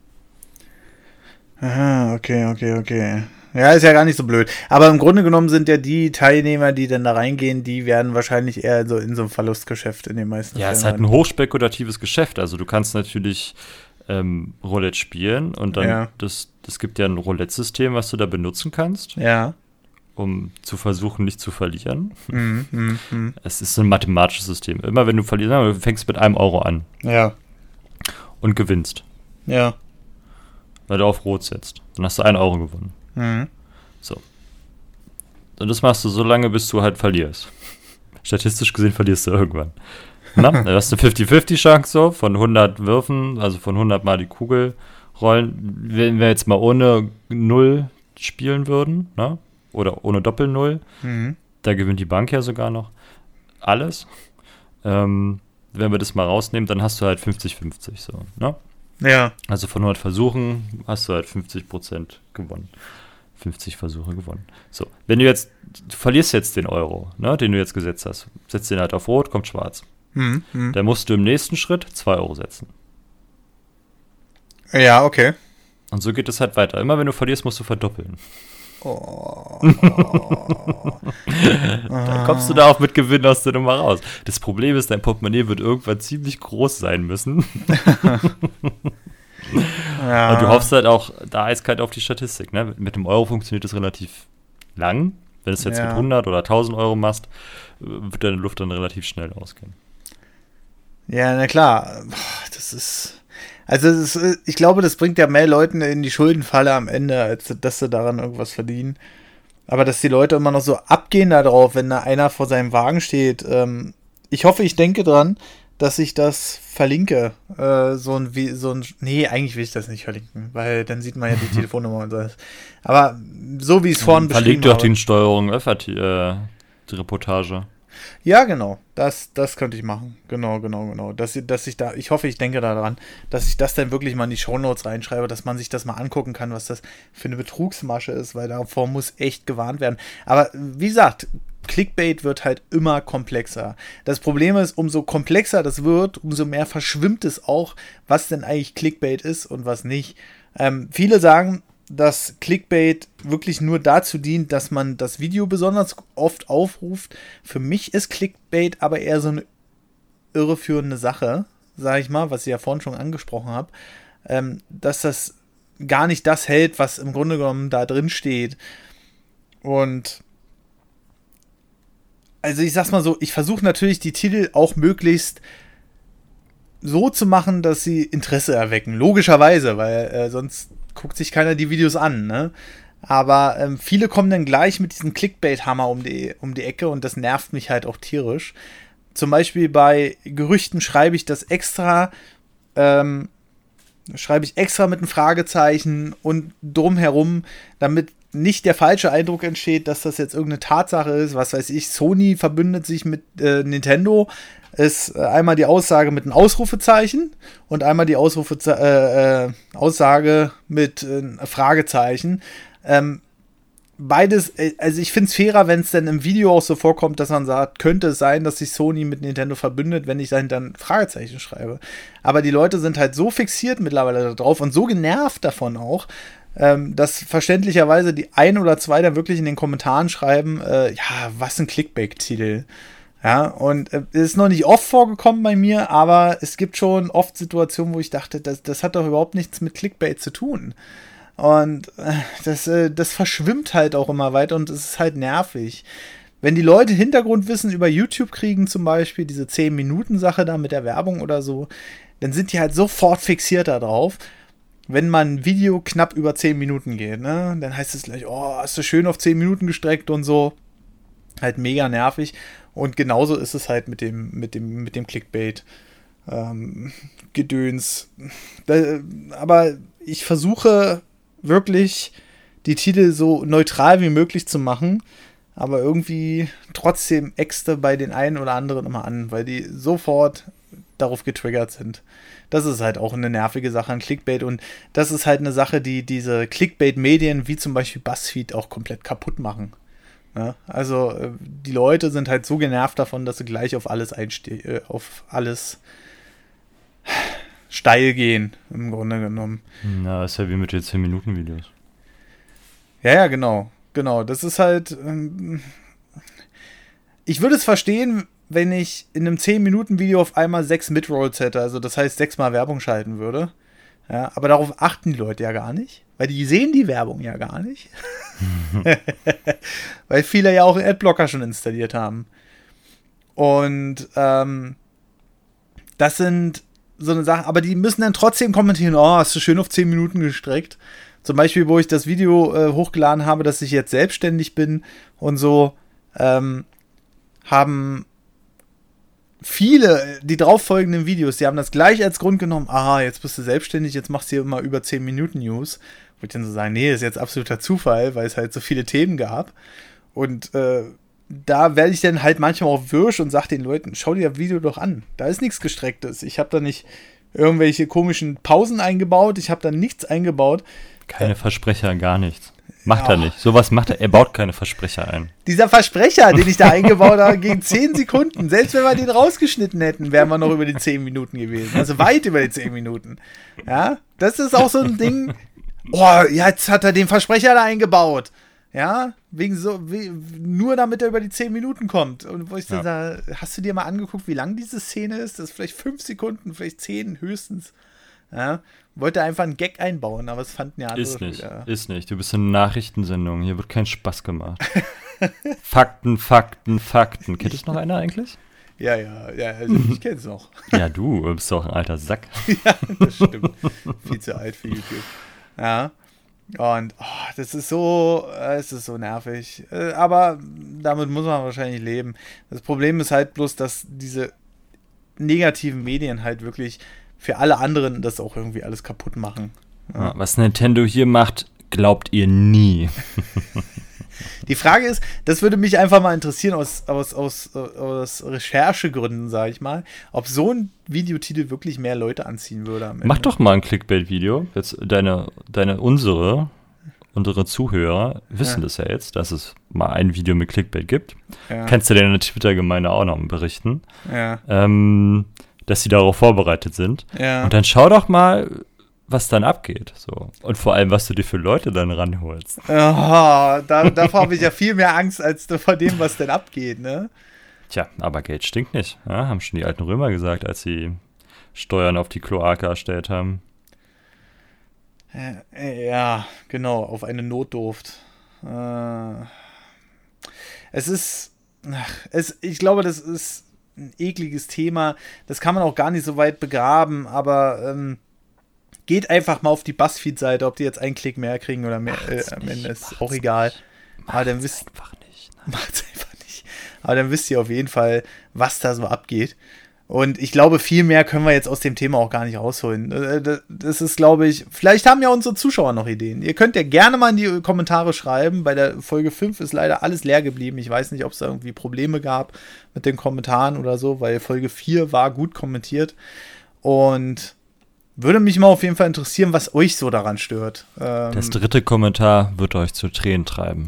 Aha, okay. Ja, ist ja gar nicht so blöd. Aber im Grunde genommen sind ja die Teilnehmer, die dann da reingehen, die werden wahrscheinlich eher so in so einem Verlustgeschäft in den meisten Fällen. Ja, es ist halt ein hochspekulatives Geschäft. Also du kannst natürlich Roulette spielen und dann, das gibt ja ein Roulette-System, was du da benutzen kannst. Ja. Um zu versuchen, nicht zu verlieren. Es ist ein mathematisches System. Immer wenn du verlierst, du fängst mit 1 Euro an. Ja. Und gewinnst. Ja. Weil du auf Rot setzt. Dann hast du 1 Euro gewonnen. So. Und das machst du so lange, bis du halt verlierst. Statistisch gesehen verlierst du irgendwann. Dann hast du 50-50 Chance so, von 100 Würfen, also von 100 Mal die Kugel rollen. Wenn wir jetzt mal ohne 0 spielen würden, ne? Oder ohne Doppel-0, da gewinnt die Bank ja sogar noch alles. Wenn wir das mal rausnehmen, dann hast du halt 50-50 so, ne? Ja. Also von 100 Versuchen hast du halt 50% gewonnen. 50 Versuche gewonnen. So, du verlierst jetzt den Euro, ne, den du jetzt gesetzt hast, setzt den halt auf Rot, kommt schwarz. Dann musst du im nächsten Schritt 2 Euro setzen. Ja, okay. Und so geht es halt weiter. Immer wenn du verlierst, musst du verdoppeln. Dann kommst du da auch mit Gewinn aus der Nummer raus. Das Problem ist, dein Portemonnaie wird irgendwann ziemlich groß sein müssen. Ja. Und du hoffst halt auch da eiskalt auf die Statistik. Ne? Mit dem Euro funktioniert das relativ lang. Wenn du es jetzt mit 100 oder 1000 Euro machst, wird deine Luft dann relativ schnell ausgehen. Ja, na klar. Das ist... Also ich glaube, das bringt ja mehr Leuten in die Schuldenfalle am Ende, als dass sie daran irgendwas verdienen. Aber dass die Leute immer noch so abgehen da drauf, wenn da einer vor seinem Wagen steht. Ich hoffe, ich denke dran, dass ich das verlinke. Nee, eigentlich will ich das nicht verlinken, weil dann sieht man ja die Telefonnummer und so. Aber so wie ich es vorhin beschrieben habe. Verlinkt doch den Steuerung die Reportage. Ja, genau. Das könnte ich machen. Genau. Ich hoffe, ich denke daran, dass ich das dann wirklich mal in die Shownotes reinschreibe, dass man sich das mal angucken kann, was das für eine Betrugsmasche ist, weil davor muss echt gewarnt werden. Aber wie gesagt, Clickbait wird halt immer komplexer. Das Problem ist, umso komplexer das wird, umso mehr verschwimmt es auch, was denn eigentlich Clickbait ist und was nicht. Viele sagen, dass Clickbait wirklich nur dazu dient, dass man das Video besonders oft aufruft. Für mich ist Clickbait aber eher so eine irreführende Sache, sage ich mal, was ich ja vorhin schon angesprochen habe, dass das gar nicht das hält, was im Grunde genommen da drin steht. Und also ich sag's mal so, ich versuche natürlich die Titel auch möglichst so zu machen, dass sie Interesse erwecken. Logischerweise, weil sonst guckt sich keiner die Videos an, ne? Aber viele kommen dann gleich mit diesem Clickbait-Hammer um die Ecke und das nervt mich halt auch tierisch. Zum Beispiel bei Gerüchten schreibe ich das extra, mit einem Fragezeichen und drumherum, damit nicht der falsche Eindruck entsteht, dass das jetzt irgendeine Tatsache ist. Was weiß ich, Sony verbündet sich mit Nintendo. Ist einmal die Aussage mit einem Ausrufezeichen und einmal die Aussage mit Fragezeichen. Beides, also ich finde es fairer, wenn es dann im Video auch so vorkommt, dass man sagt, könnte es sein, dass sich Sony mit Nintendo verbündet, wenn ich dann Fragezeichen schreibe. Aber die Leute sind halt so fixiert mittlerweile darauf und so genervt davon auch, dass verständlicherweise die ein oder zwei da wirklich in den Kommentaren schreiben, ja, was ein Clickbait-Titel. Ja, und es ist noch nicht oft vorgekommen bei mir, aber es gibt schon oft Situationen, wo ich dachte, das hat doch überhaupt nichts mit Clickbait zu tun. Und das verschwimmt halt auch immer weiter und es ist halt nervig. Wenn die Leute Hintergrundwissen über YouTube kriegen, zum Beispiel diese 10-Minuten-Sache da mit der Werbung oder so, dann sind die halt sofort fixiert da drauf. Wenn man ein Video knapp über 10 Minuten geht, ne, dann heißt es gleich, oh, hast du schön auf 10 Minuten gestreckt und so. Halt mega nervig. Und genauso ist es halt mit dem Clickbait Gedöns. Aber ich versuche wirklich, die Titel so neutral wie möglich zu machen, aber irgendwie trotzdem extra bei den einen oder anderen immer an, weil die sofort darauf getriggert sind. Das ist halt auch eine nervige Sache an Clickbait und das ist halt eine Sache, die diese Clickbait-Medien wie zum Beispiel BuzzFeed auch komplett kaputt machen. Ja, also die Leute sind halt so genervt davon, dass sie gleich auf alles auf alles steil gehen, im Grunde genommen. Na, ist ja wie mit den 10-Minuten-Videos. Ja, genau. Genau, das ist halt ich würde es verstehen, wenn ich in einem 10-Minuten-Video auf einmal 6 Midrolls hätte, also das heißt 6-mal Werbung schalten würde. Ja, aber darauf achten die Leute ja gar nicht, weil die sehen die Werbung ja gar nicht. Weil viele ja auch einen Adblocker schon installiert haben. Und das sind so eine Sache, aber die müssen dann trotzdem kommentieren, oh, hast du schön auf 10 Minuten gestreckt. Zum Beispiel, wo ich das Video hochgeladen habe, dass ich jetzt selbstständig bin und so, haben viele, die darauffolgenden Videos, die haben das gleich als Grund genommen, jetzt bist du selbstständig, jetzt machst du hier immer über 10 Minuten News. Wo ich dann so sagen, nee, das ist jetzt absoluter Zufall, weil es halt so viele Themen gab. Und da werde ich dann halt manchmal auch wirsch und sage den Leuten, schau dir das Video doch an. Da ist nichts Gestrecktes. Ich habe da nicht irgendwelche komischen Pausen eingebaut. Ich habe da nichts eingebaut. Keine Versprecher, gar nichts. Macht er nicht. Sowas macht er. Er baut keine Versprecher ein. Dieser Versprecher, den ich da eingebaut habe, ging 10 Sekunden. Selbst wenn wir den rausgeschnitten hätten, wären wir noch über die 10 Minuten gewesen. Also weit über die 10 Minuten. Ja, das ist auch so ein Ding. Oh, jetzt hat er den Versprecher da eingebaut. Ja, nur damit er über die 10 Minuten kommt. Und wo ich dann sage, hast du dir mal angeguckt, wie lang diese Szene ist? Das ist vielleicht 5 Sekunden, vielleicht 10 höchstens. Ja, wollte einfach einen Gag einbauen, aber es fanden ja andere Ist nicht. Du bist in einer Nachrichtensendung. Hier wird kein Spaß gemacht. Fakten. Kennt es noch einer eigentlich? Ja, also ich kenne es noch. Ja, du bist doch ein alter Sack. Ja, das stimmt. Viel zu alt für YouTube. Ja, und es ist so nervig. Aber damit muss man wahrscheinlich leben. Das Problem ist halt bloß, dass diese negativen Medien halt wirklich für alle anderen das auch irgendwie alles kaputt machen. Ja. Was Nintendo hier macht, glaubt ihr nie. Die Frage ist, das würde mich einfach mal interessieren aus Recherchegründen, sage ich mal, ob so ein Videotitel wirklich mehr Leute anziehen würde. Mach doch mal ein Clickbait-Video. Jetzt unsere Zuhörer wissen das ja jetzt, dass es mal ein Video mit Clickbait gibt. Ja. Kannst du dir in der Twitter-Gemeinde auch noch berichten. Ja. Dass sie darauf vorbereitet sind. Ja. Und dann schau doch mal, was dann abgeht. So. Und vor allem, was du dir für Leute dann ranholst. Davor habe ich ja viel mehr Angst, als vor dem, was denn abgeht, ne? Tja, aber Geld stinkt nicht. Ja, haben schon die alten Römer gesagt, als sie Steuern auf die Kloake erstellt haben. Ja, genau, auf eine Notdurft. Ich glaube, das ist ein ekliges Thema. Das kann man auch gar nicht so weit begraben, aber geht einfach mal auf die BuzzFeed-Seite, ob die jetzt einen Klick mehr kriegen oder mehr. Am Ende ist auch egal. Macht's einfach nicht. Aber dann wisst ihr auf jeden Fall, was da so abgeht. Und ich glaube, viel mehr können wir jetzt aus dem Thema auch gar nicht rausholen. Das ist, glaube ich, vielleicht haben ja unsere Zuschauer noch Ideen. Ihr könnt ja gerne mal in die Kommentare schreiben. Bei der Folge 5 ist leider alles leer geblieben. Ich weiß nicht, ob es da irgendwie Probleme gab mit den Kommentaren oder so, weil Folge 4 war gut kommentiert. Und würde mich mal auf jeden Fall interessieren, was euch so daran stört. Das 3. Kommentar wird euch zu Tränen treiben.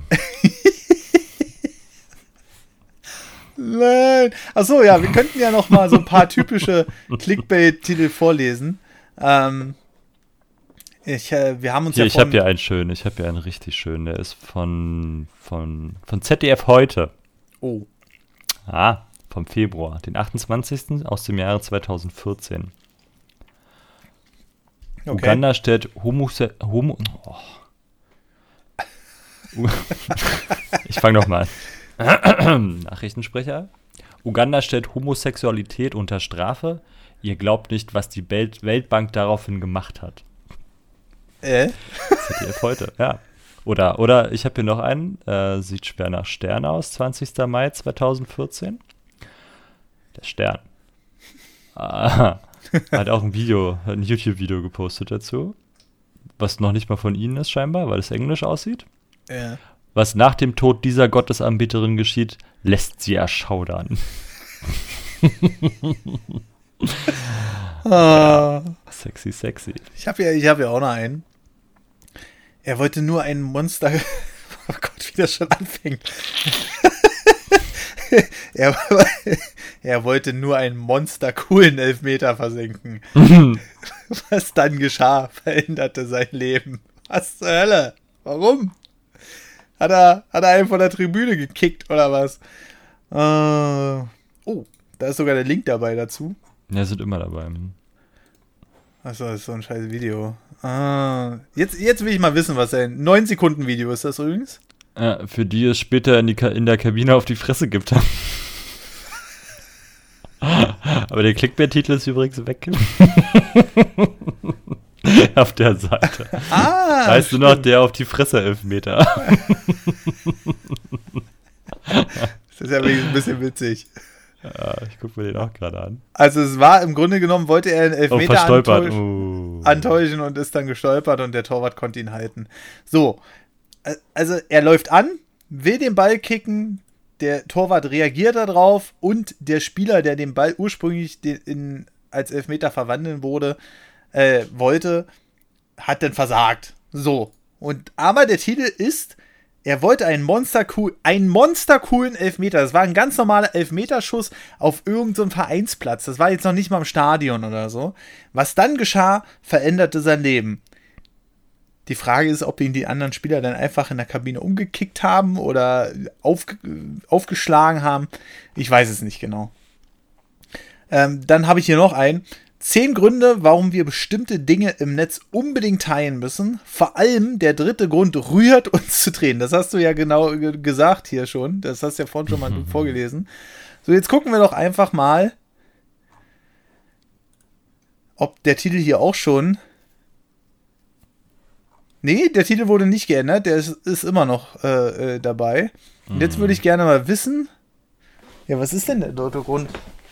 Nein. Achso, ja, wir könnten ja noch mal so ein paar typische Clickbait-Titel vorlesen. Wir haben uns Hier, ich habe hier einen schönen, ich habe hier einen richtig schönen. Der ist von ZDF heute. Oh. Vom Februar, den 28. aus dem Jahre 2014. Okay. Uganda stellt Ich fange nochmal an. Nachrichtensprecher. Uganda stellt Homosexualität unter Strafe. Ihr glaubt nicht, was die Weltbank daraufhin gemacht hat. ZDF heute, ja. Oder ich habe hier noch einen, sieht schwer nach Stern aus, 20. Mai 2014. Der Stern. Hat auch ein YouTube-Video gepostet dazu, was noch nicht mal von ihnen ist scheinbar, weil es englisch aussieht. Ja. Was nach dem Tod dieser Gottesanbeterin geschieht, lässt sie erschaudern. Ja, sexy. Ich hab ja auch noch einen. Er wollte nur ein Monster... Oh Gott, wie das schon anfängt. Er wollte nur einen monstercoolen Elfmeter versenken. Was dann geschah, veränderte sein Leben. Was zur Hölle? Warum? Hat er einen von der Tribüne gekickt oder was? Oh, da ist sogar der Link dabei dazu. Ja, sind immer dabei. Achso, das ist so ein scheiß Video. Jetzt will ich mal wissen, was ein 9-Sekunden-Video ist das übrigens. Für die es später in der Kabine auf die Fresse gibt. Aber der Clickbait-Titel ist übrigens weg. Auf der Seite. Weißt du noch, der auf die Fresse Elfmeter. Das ist ja wirklich ein bisschen witzig. Ja, ich gucke mir den auch gerade an. Also es war im Grunde genommen, wollte er einen Elfmeter antäuschen und ist dann gestolpert und der Torwart konnte ihn halten. So, also er läuft an, will den Ball kicken, der Torwart reagiert darauf und der Spieler, der den Ball ursprünglich als Elfmeter verwandeln wollte, hat dann versagt. So, aber der Titel ist... Er wollte einen monstercoolen Elfmeter. Das war ein ganz normaler Elfmeterschuss auf irgendeinem Vereinsplatz. Das war jetzt noch nicht mal im Stadion oder so. Was dann geschah, veränderte sein Leben. Die Frage ist, ob ihn die anderen Spieler dann einfach in der Kabine umgekickt haben oder aufgeschlagen haben. Ich weiß es nicht genau. Dann habe ich hier noch einen. 10 Gründe, warum wir bestimmte Dinge im Netz unbedingt teilen müssen. Vor allem der 3. Grund rührt uns zu Tränen. Das hast du ja genau gesagt hier schon. Das hast du ja vorhin schon mal vorgelesen. So, jetzt gucken wir doch einfach mal, ob der Titel hier auch schon... Nee, der Titel wurde nicht geändert. Der ist immer noch dabei. Und jetzt würde ich gerne mal wissen... Ja, was ist denn der 3. Grund?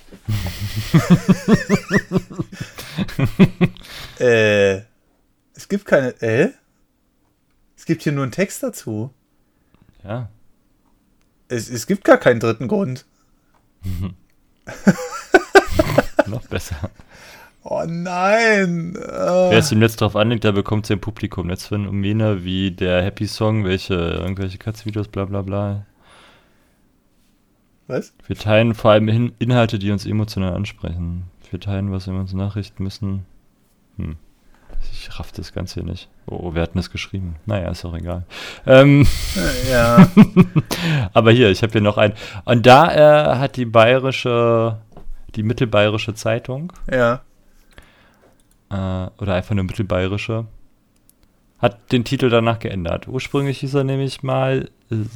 Es gibt keine... Es gibt hier nur einen Text dazu. Ja. Es gibt gar keinen 3. Grund. Noch besser. Oh nein. Wer es im Netz drauf anlegt, der bekommt es im Publikum. Netzphänomene wie der Happy Song, irgendwelche Katzenvideos, bla bla bla. Was? Wir teilen vor allem Inhalte, die uns emotional ansprechen. Wir teilen, was wir uns Nachrichten müssen. Ich raff das Ganze hier nicht. Oh, wer hat denn das geschrieben? Naja, ist auch egal. Ja. Aber hier, ich habe hier noch einen. Und da hat die mittelbayerische Zeitung. Ja. Oder einfach nur mittelbayerische. Hat den Titel danach geändert. Ursprünglich hieß er nämlich mal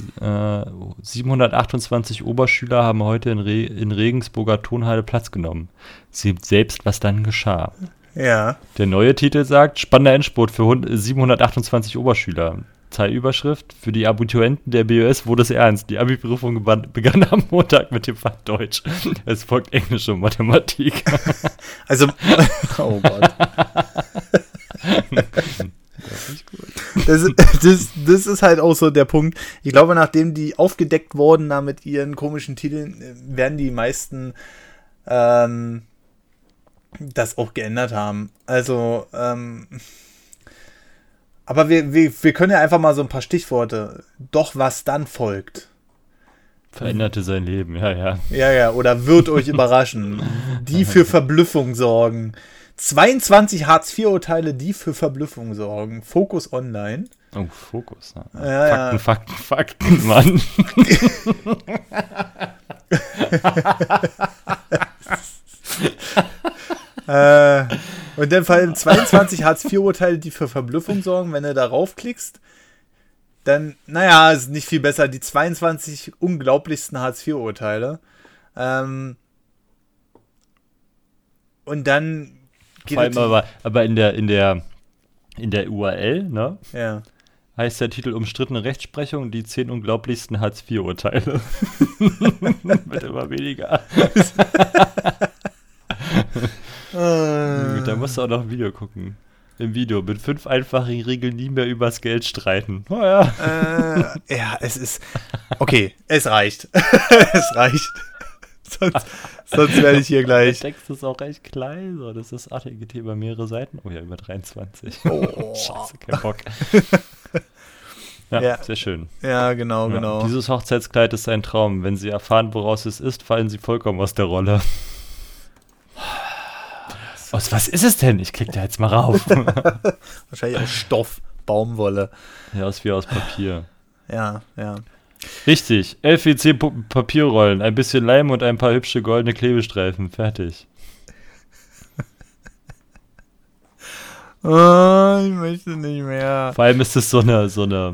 728 Oberschüler haben heute in Regensburger Tonhalle Platz genommen. Sieht selbst, was dann geschah. Ja. Der neue Titel sagt, spannender Endspurt für 728 Oberschüler. Teilüberschrift, für die Abiturienten der BOS wurde es ernst. Die Abi-Prüfung begann am Montag mit dem Fach Deutsch. Es folgt Englisch und Mathematik. Also, oh Gott. Das ist gut. Das ist halt auch so der Punkt. Ich glaube, nachdem die aufgedeckt wurden da mit ihren komischen Titeln, werden die meisten das auch geändert haben. Also, aber wir können ja einfach mal so ein paar Stichworte. Doch was dann folgt. Veränderte sein Leben, ja. Ja, oder wird euch überraschen. Die für Verblüffung sorgen. 22 Hartz-IV-Urteile, die für Verblüffung sorgen. Fokus Online. Oh, Fokus. Ja. Fakten, Mann. Und dann fallen 22 Hartz-IV-Urteile, die für Verblüffung sorgen. Wenn du darauf klickst, dann, ist nicht viel besser. Die 22 unglaublichsten Hartz-IV-Urteile. Und dann geht vor allem aber in der URL, ne? Ja. Heißt der Titel umstrittene Rechtsprechung, die 10 unglaublichsten Hartz-IV-Urteile. Wird immer weniger. Da musst du auch noch ein Video gucken. Im Video mit 5 einfachen Regeln nie mehr übers Geld streiten. Oh ja. Es ist... Okay, es reicht. Es reicht. Sonst werde ich hier gleich... Der Text ist auch recht klein. So. Das ist ATGT über mehrere Seiten. Oh ja, über 23. Oh. Scheiße, kein Bock. Ja, sehr schön. Ja, genau. Dieses Hochzeitskleid ist ein Traum. Wenn Sie erfahren, woraus es ist, fallen Sie vollkommen aus der Rolle. Was ist es denn? Ich klicke da jetzt mal rauf. Wahrscheinlich aus Stoff, Baumwolle. Ja, ist wie aus Papier. Ja. Richtig. LVC Papierrollen, ein bisschen Leim und ein paar hübsche goldene Klebestreifen. Fertig. Oh, ich möchte nicht mehr. Vor allem ist es so eine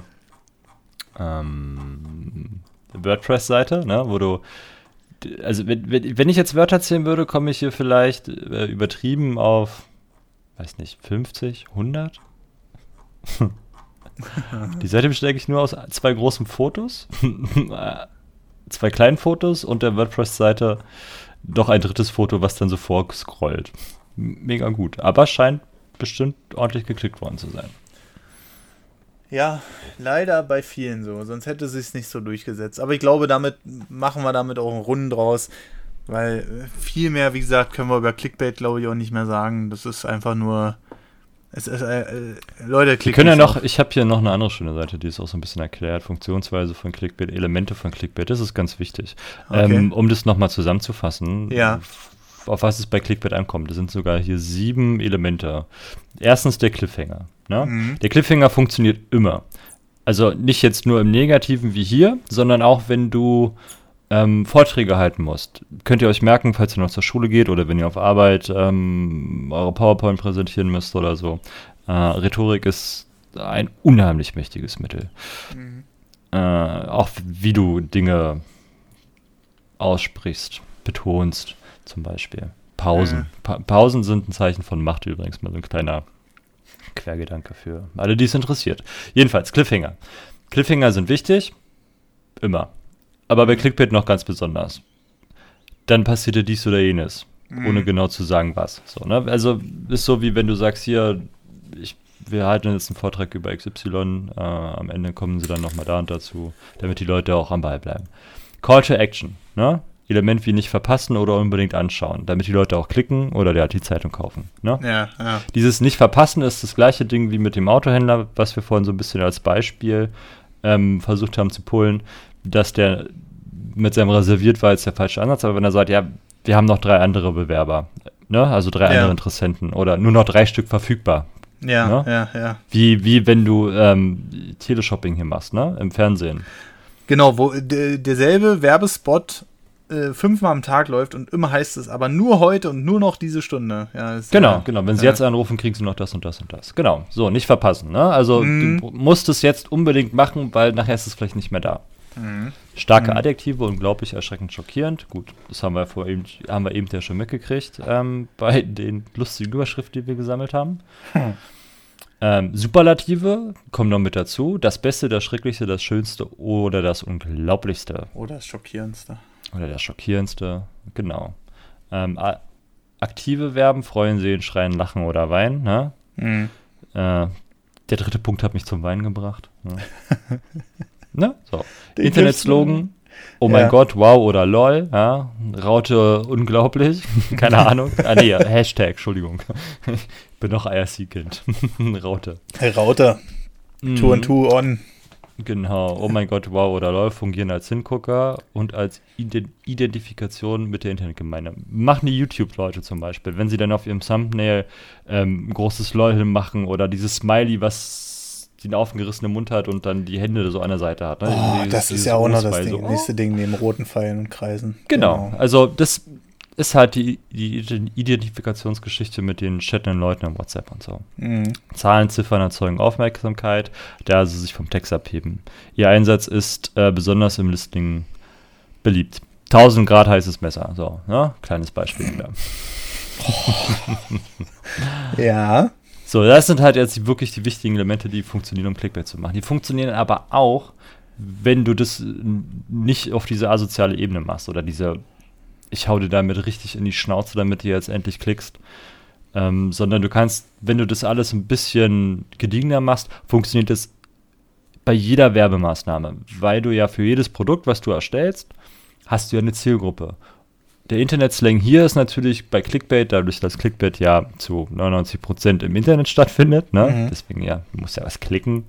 WordPress-Seite, ne, wo du, also wenn ich jetzt Wörter zählen würde, komme ich hier vielleicht übertrieben auf, weiß nicht, 50, 100? Die Seite besteht eigentlich nur aus 2 großen Fotos, 2 kleinen Fotos und der WordPress-Seite noch ein drittes Foto, was dann so vorscrollt. Mega gut, aber scheint bestimmt ordentlich geklickt worden zu sein. Ja, leider bei vielen so. Sonst hätte es sich nicht so durchgesetzt. Aber ich glaube, machen wir damit auch einen Runden draus. Weil viel mehr, wie gesagt, können wir über Clickbait, glaube ich, auch nicht mehr sagen. Das ist einfach nur... Leute, klicken. Wir können ja noch, ich habe hier noch eine andere schöne Seite, die ist auch so ein bisschen erklärt. Funktionsweise von Clickbait, Elemente von Clickbait. Das ist ganz wichtig. Okay. Um das nochmal zusammenzufassen. Ja. Auf was es bei Clickbait ankommt. Das sind sogar hier 7 Elemente. Erstens der Cliffhanger. Ne? Mhm. Der Cliffhanger funktioniert immer. Also nicht jetzt nur im Negativen wie hier, sondern auch wenn du Vorträge halten musst. Könnt ihr euch merken, falls ihr noch zur Schule geht oder wenn ihr auf Arbeit eure PowerPoint präsentieren müsst oder so. Rhetorik ist ein unheimlich mächtiges Mittel. Mhm. Auch wie du Dinge aussprichst, betonst. Zum Beispiel. Pausen. Pausen sind ein Zeichen von Macht übrigens. Mal so ein kleiner Quergedanke für alle, die es interessiert. Jedenfalls, Cliffhanger. Cliffhanger sind wichtig. Immer. Aber bei Clickbait noch ganz besonders. Dann passierte dies oder jenes. Ohne genau zu sagen, was. So, ne? Also ist so, wie wenn du sagst, hier, wir halten jetzt einen Vortrag über XY. Am Ende kommen sie dann nochmal da und dazu, damit die Leute auch am Ball bleiben. Call to Action. Ne? Element wie nicht verpassen oder unbedingt anschauen, damit die Leute auch klicken oder die Zeitung kaufen. Ne? Ja. Dieses nicht verpassen ist das gleiche Ding wie mit dem Autohändler, was wir vorhin so ein bisschen als Beispiel versucht haben zu pullen, dass der mit seinem reserviert war jetzt der falsche Ansatz, aber wenn er sagt, ja, wir haben noch 3 andere Bewerber, ne? Also 3 andere Interessenten oder nur noch 3 Stück verfügbar. Ja, ne? Ja. Wie wenn du Teleshopping hier machst, ne? Im Fernsehen. Genau, wo derselbe Werbespot 5-mal am Tag läuft und immer heißt es, aber nur heute und nur noch diese Stunde. Ja, genau. Wenn Sie jetzt anrufen, kriegen Sie noch das und das und das. Genau, so, nicht verpassen. Ne? Also du musst es jetzt unbedingt machen, weil nachher ist es vielleicht nicht mehr da. Starke Adjektive, unglaublich erschreckend schockierend. Gut, das haben wir eben ja schon mitgekriegt bei den lustigen Überschriften, die wir gesammelt haben. Superlative kommen noch mit dazu. Das Beste, das Schrecklichste, das Schönste oder das Unglaublichste. Oder das Schockierendste. Oder das Schockierendste, genau. Aktive Verben, freuen, sehen, schreien, lachen oder weinen. Ne? Der 3. Punkt hat mich zum Weinen gebracht. Ne? Ne? So. Internet-Slogan, oh mein Gott, wow oder lol. Ja? Raute, unglaublich. Keine Ahnung. Hashtag, Entschuldigung. Ich bin noch IRC-Kind. Raute. Raute. 2 and 2 on. Genau, oh mein Gott, wow oder lol fungieren als Hingucker und als Identifikation mit der Internetgemeinde. Machen die YouTube-Leute zum Beispiel, wenn sie dann auf ihrem Thumbnail ein großes LOL hinmachen oder dieses Smiley, was den aufgerissenen Mund hat und dann die Hände so an der Seite hat. Ne? Oh, das ist ja auch noch das so, nächste Ding neben roten Pfeilen und Kreisen. Genau, also das ist halt die Identifikationsgeschichte mit den chattenden Leuten in WhatsApp und so. Mhm. Zahlen, Ziffern erzeugen Aufmerksamkeit, da sie sich vom Text abheben. Ihr Einsatz ist besonders im Listening beliebt. 1000 Grad heißes Messer. So, ne? Kleines Beispiel wieder. Ja. So, das sind halt jetzt wirklich die wichtigen Elemente, die funktionieren, um Clickbait zu machen. Die funktionieren aber auch, wenn du das nicht auf diese asoziale Ebene machst oder diese ich hau dir damit richtig in die Schnauze, damit du jetzt endlich klickst. Sondern du kannst, wenn du das alles ein bisschen gediegener machst, funktioniert das bei jeder Werbemaßnahme. Weil du ja für jedes Produkt, was du erstellst, hast du ja eine Zielgruppe. Der Internetslang hier ist natürlich bei Clickbait, dadurch, dass Clickbait ja zu 99% im Internet stattfindet, ne? Mhm. Deswegen ja, du musst ja was klicken.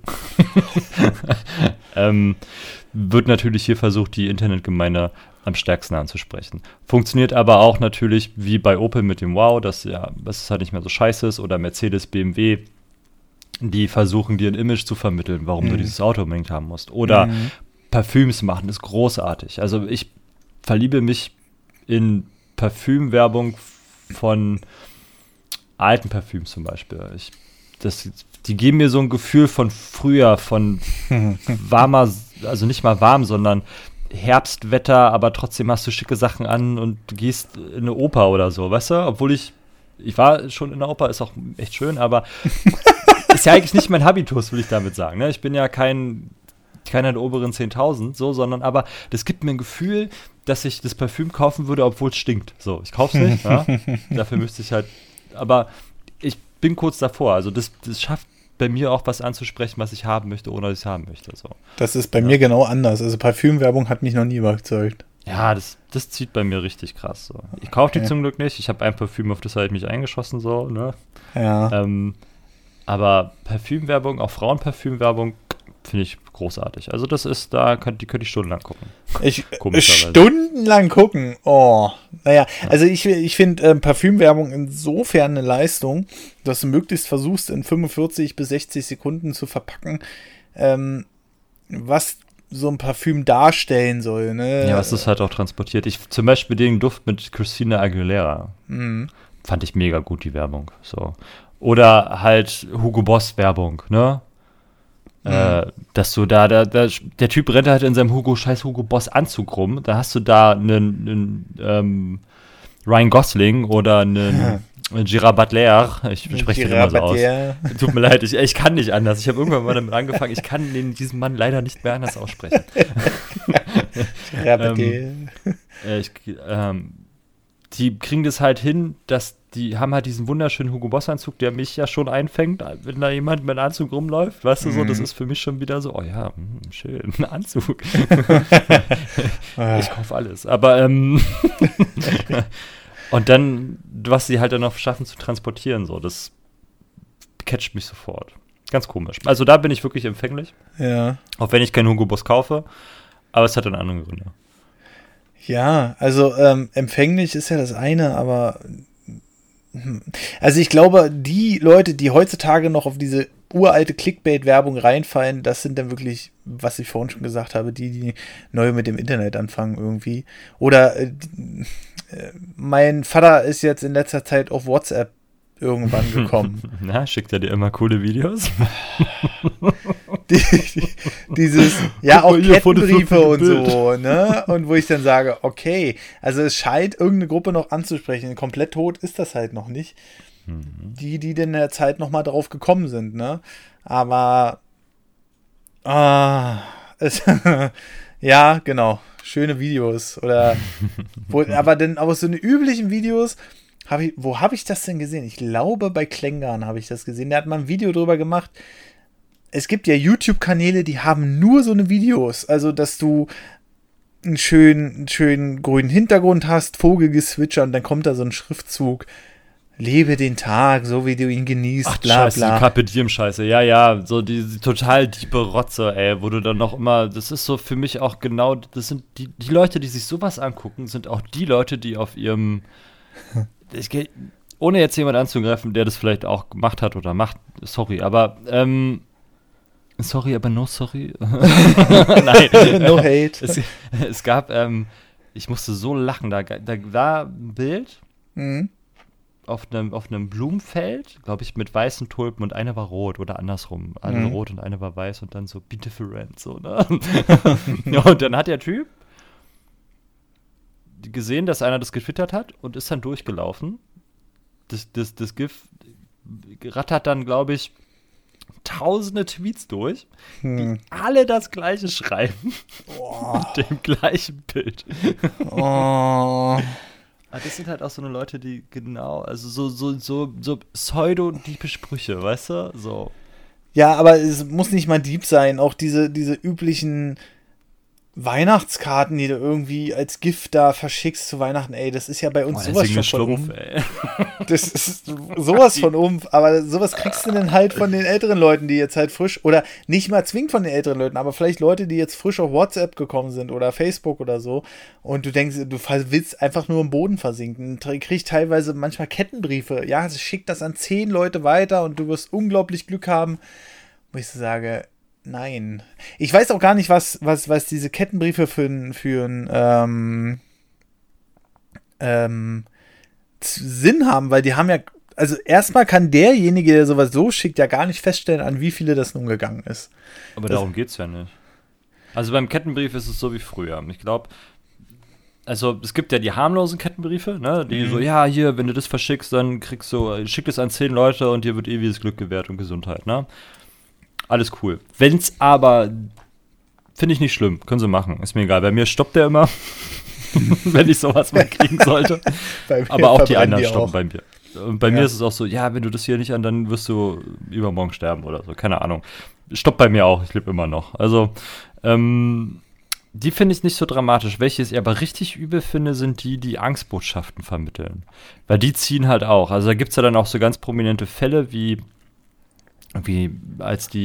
Wird natürlich hier versucht, die Internetgemeinde am stärksten anzusprechen. Funktioniert aber auch natürlich wie bei Opel mit dem Wow, dass es halt nicht mehr so scheiße ist, oder Mercedes, BMW, die versuchen dir ein Image zu vermitteln, warum du dieses Auto unbedingt haben musst. Oder Parfüms machen ist großartig. Also ich verliebe mich in Parfümwerbung von alten Parfüms zum Beispiel. Die geben mir so ein Gefühl von früher, von warmer, also nicht mal warm, sondern Herbstwetter, aber trotzdem hast du schicke Sachen an und du gehst in eine Oper oder so, weißt du? Obwohl ich war schon in der Oper, ist auch echt schön, aber ist ja eigentlich nicht mein Habitus, will ich damit sagen. Ne? Ich bin ja keiner der oberen 10.000, so, sondern aber das gibt mir ein Gefühl, dass ich das Parfüm kaufen würde, obwohl es stinkt. So, ich kaufe es nicht, ja? Dafür müsste ich halt, aber ich bin kurz davor, also das schafft bei mir auch was anzusprechen, was ich haben möchte, ohne dass ich es haben möchte. So. Das ist bei mir genau anders. Also Parfümwerbung hat mich noch nie überzeugt. Ja, das zieht bei mir richtig krass. So. Ich kaufe die zum Glück nicht. Ich habe ein Parfüm, auf das habe ich mich eingeschossen. So, ne? Ja. Aber Parfümwerbung, auch Frauenparfümwerbung, finde ich großartig. Also das ist, die könnte ich stundenlang gucken. Stundenlang gucken? Oh. Naja, also ich finde Parfümwerbung insofern eine Leistung, dass du möglichst versuchst, in 45 bis 60 Sekunden zu verpacken, was so ein Parfüm darstellen soll. Ne? Ja, was ist halt auch transportiert. Zum Beispiel den Duft mit Christina Aguilera. Fand ich mega gut, die Werbung. So. Oder halt Hugo Boss Werbung, ne? Dass du der Typ rennt halt in seinem scheiß Hugo Boss Anzug rum, da hast du da einen Ryan Gosling oder einen Gerard Butler, ich spreche den immer so aus. Tut mir leid, ich kann nicht anders. Ich habe irgendwann mal damit angefangen, ich kann diesen Mann leider nicht mehr anders aussprechen. Die kriegen das halt hin, dass die haben halt diesen wunderschönen Hugo Boss Anzug, der mich ja schon einfängt, wenn da jemand mit einem Anzug rumläuft, weißt du so, das ist für mich schon wieder so, oh ja, schön, ein Anzug. Ich kaufe alles, aber und dann, was sie halt dann noch schaffen zu transportieren, so, das catcht mich sofort. Ganz komisch. Also da bin ich wirklich empfänglich. Ja. Auch wenn ich keinen Hugo Boss kaufe, aber es hat dann andere Gründe. Ja, also empfänglich ist ja das eine, aber also ich glaube, die Leute, die heutzutage noch auf diese uralte Clickbait-Werbung reinfallen, das sind dann wirklich, was ich vorhin schon gesagt habe, die neu mit dem Internet anfangen irgendwie. Oder mein Vater ist jetzt in letzter Zeit auf WhatsApp irgendwann gekommen. Na, schickt er dir immer coole Videos? Dieses, ja, auch Kettenbriefe und so, ne? Und wo ich dann sage, okay, also es scheint irgendeine Gruppe noch anzusprechen. Komplett tot ist das halt noch nicht. Die denn in der Zeit noch mal drauf gekommen sind, ne? Aber ja, genau. Schöne Videos. Oder aber so eine üblichen Videos. Wo habe ich das denn gesehen? Ich glaube, bei Klängern habe ich das gesehen. Der hat mal ein Video drüber gemacht. Es gibt ja YouTube-Kanäle, die haben nur so eine Videos. Also, dass du einen schönen grünen Hintergrund hast, Vogelgezwitscher und dann kommt da so ein Schriftzug. lebe den Tag, so wie du ihn genießt, Ach, bla Scheiße, bla. die Carpe Diem Scheiße. Ja, so die total diepe Rotze, ey, wo du dann noch immer, das ist so für mich auch genau, das sind die Leute, die sich sowas angucken, sind auch die Leute, die auf ihrem, ohne jetzt jemand anzugreifen, der das vielleicht auch gemacht hat oder macht, sorry, aber no sorry. Nein. No hate. Es gab, ich musste so lachen, da war ein Bild, auf einem Blumenfeld, glaube ich, mit weißen Tulpen und eine war rot oder andersrum. Eine rot und eine war weiß und dann so, be different, so, ne? Und dann hat der Typ gesehen, dass einer das getwittert hat und ist dann durchgelaufen. Das GIF rattert dann, glaube ich, tausende Tweets durch, die alle das Gleiche schreiben. Mit dem gleichen Bild. Aber das sind halt auch so eine Leute, die genau, also so pseudo-diepe Sprüche, weißt du? So. Ja, aber es muss nicht mal Dieb sein. Auch diese üblichen Weihnachtskarten, die du irgendwie als Gift da verschickst zu Weihnachten, ey, das ist ja bei uns sowas schon von Umf. Das ist sowas von Umf, aber sowas kriegst du dann halt von den älteren Leuten, die jetzt halt frisch, oder nicht mal zwingend von den älteren Leuten, aber vielleicht Leute, die jetzt frisch auf WhatsApp gekommen sind oder Facebook oder so und du denkst, du willst einfach nur im Boden versinken, kriegst teilweise manchmal Kettenbriefe, ja, schick das an 10 Leute weiter und du wirst unglaublich Glück haben, wo ich so sage, nein. Ich weiß auch gar nicht, was diese Kettenbriefe für einen Sinn haben, weil die haben ja, also erstmal kann derjenige, der sowas so schickt, ja gar nicht feststellen, an wie viele das nun gegangen ist. Aber darum geht's ja nicht. Also beim Kettenbrief ist es so wie früher. Ich glaube, also es gibt ja die harmlosen Kettenbriefe, ne, die so, ja, hier, wenn du das verschickst, dann schick es an 10 Leute und dir wird ewiges Glück gewährt und Gesundheit, ne? Alles cool. Wenn's aber, finde ich nicht schlimm, können sie machen, ist mir egal. Bei mir stoppt der immer, wenn ich sowas mal kriegen sollte. Aber auch die anderen stoppen bei mir. Und bei mir ist es auch so, ja, wenn du das hier nicht an, dann wirst du übermorgen sterben oder so, keine Ahnung. Stoppt bei mir auch, ich lebe immer noch. Also, die finde ich nicht so dramatisch. Welche ich aber richtig übel finde, sind die Angstbotschaften vermitteln. Weil die ziehen halt auch. Also da gibt es ja dann auch so ganz prominente Fälle, wie als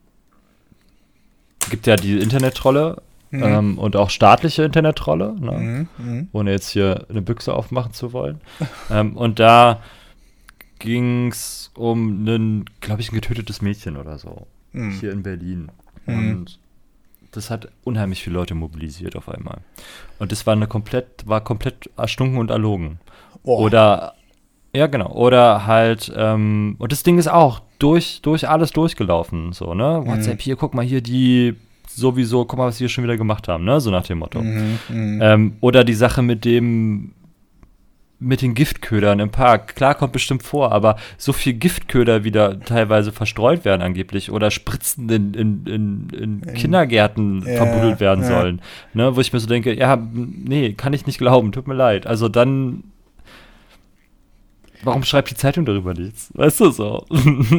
gibt ja die Internettrolle und auch staatliche Internettrolle, ne? Ohne jetzt hier eine Büchse aufmachen zu wollen. Und da ging es um ein getötetes Mädchen oder so, hier in Berlin. Und das hat unheimlich viele Leute mobilisiert auf einmal. Und das war komplett erstunken und erlogen. Oder ja, genau. Oder halt, und das Ding ist auch durch alles durchgelaufen, so, ne? WhatsApp, hier, guck mal, hier die sowieso, guck mal, was wir schon wieder gemacht haben, ne? So nach dem Motto. Oder die Sache mit den Giftködern im Park. Klar, kommt bestimmt vor, aber so viel Giftköder wieder teilweise verstreut werden angeblich oder Spritzen in Kindergärten verbuddelt werden sollen, ne? Wo ich mir so denke, ja, nee, kann ich nicht glauben, tut mir leid. Also dann warum schreibt die Zeitung darüber nichts? Weißt du so?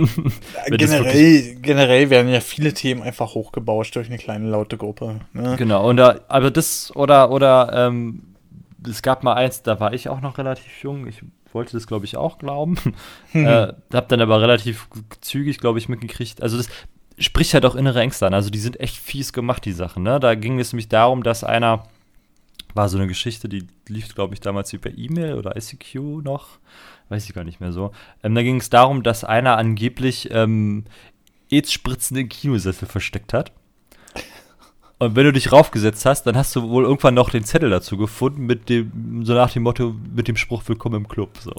Generell werden ja viele Themen einfach hochgebauscht durch eine kleine laute Gruppe. Ne? Genau, aber das oder es gab mal eins, da war ich auch noch relativ jung. Ich wollte das, glaube ich, auch glauben. Hab dann aber relativ zügig, glaube ich, mitgekriegt. Also das spricht halt auch innere Ängste an. Also die sind echt fies gemacht, die Sachen. Ne? Da ging es nämlich darum, dass war so eine Geschichte, die lief, glaube ich, damals über E-Mail oder ICQ noch. Weiß ich gar nicht mehr so. Da ging es darum, dass einer angeblich AIDS-Spritzen in Kinosessel versteckt hat. Und wenn du dich raufgesetzt hast, dann hast du wohl irgendwann noch den Zettel dazu gefunden, so nach dem Motto, mit dem Spruch Willkommen im Club. So.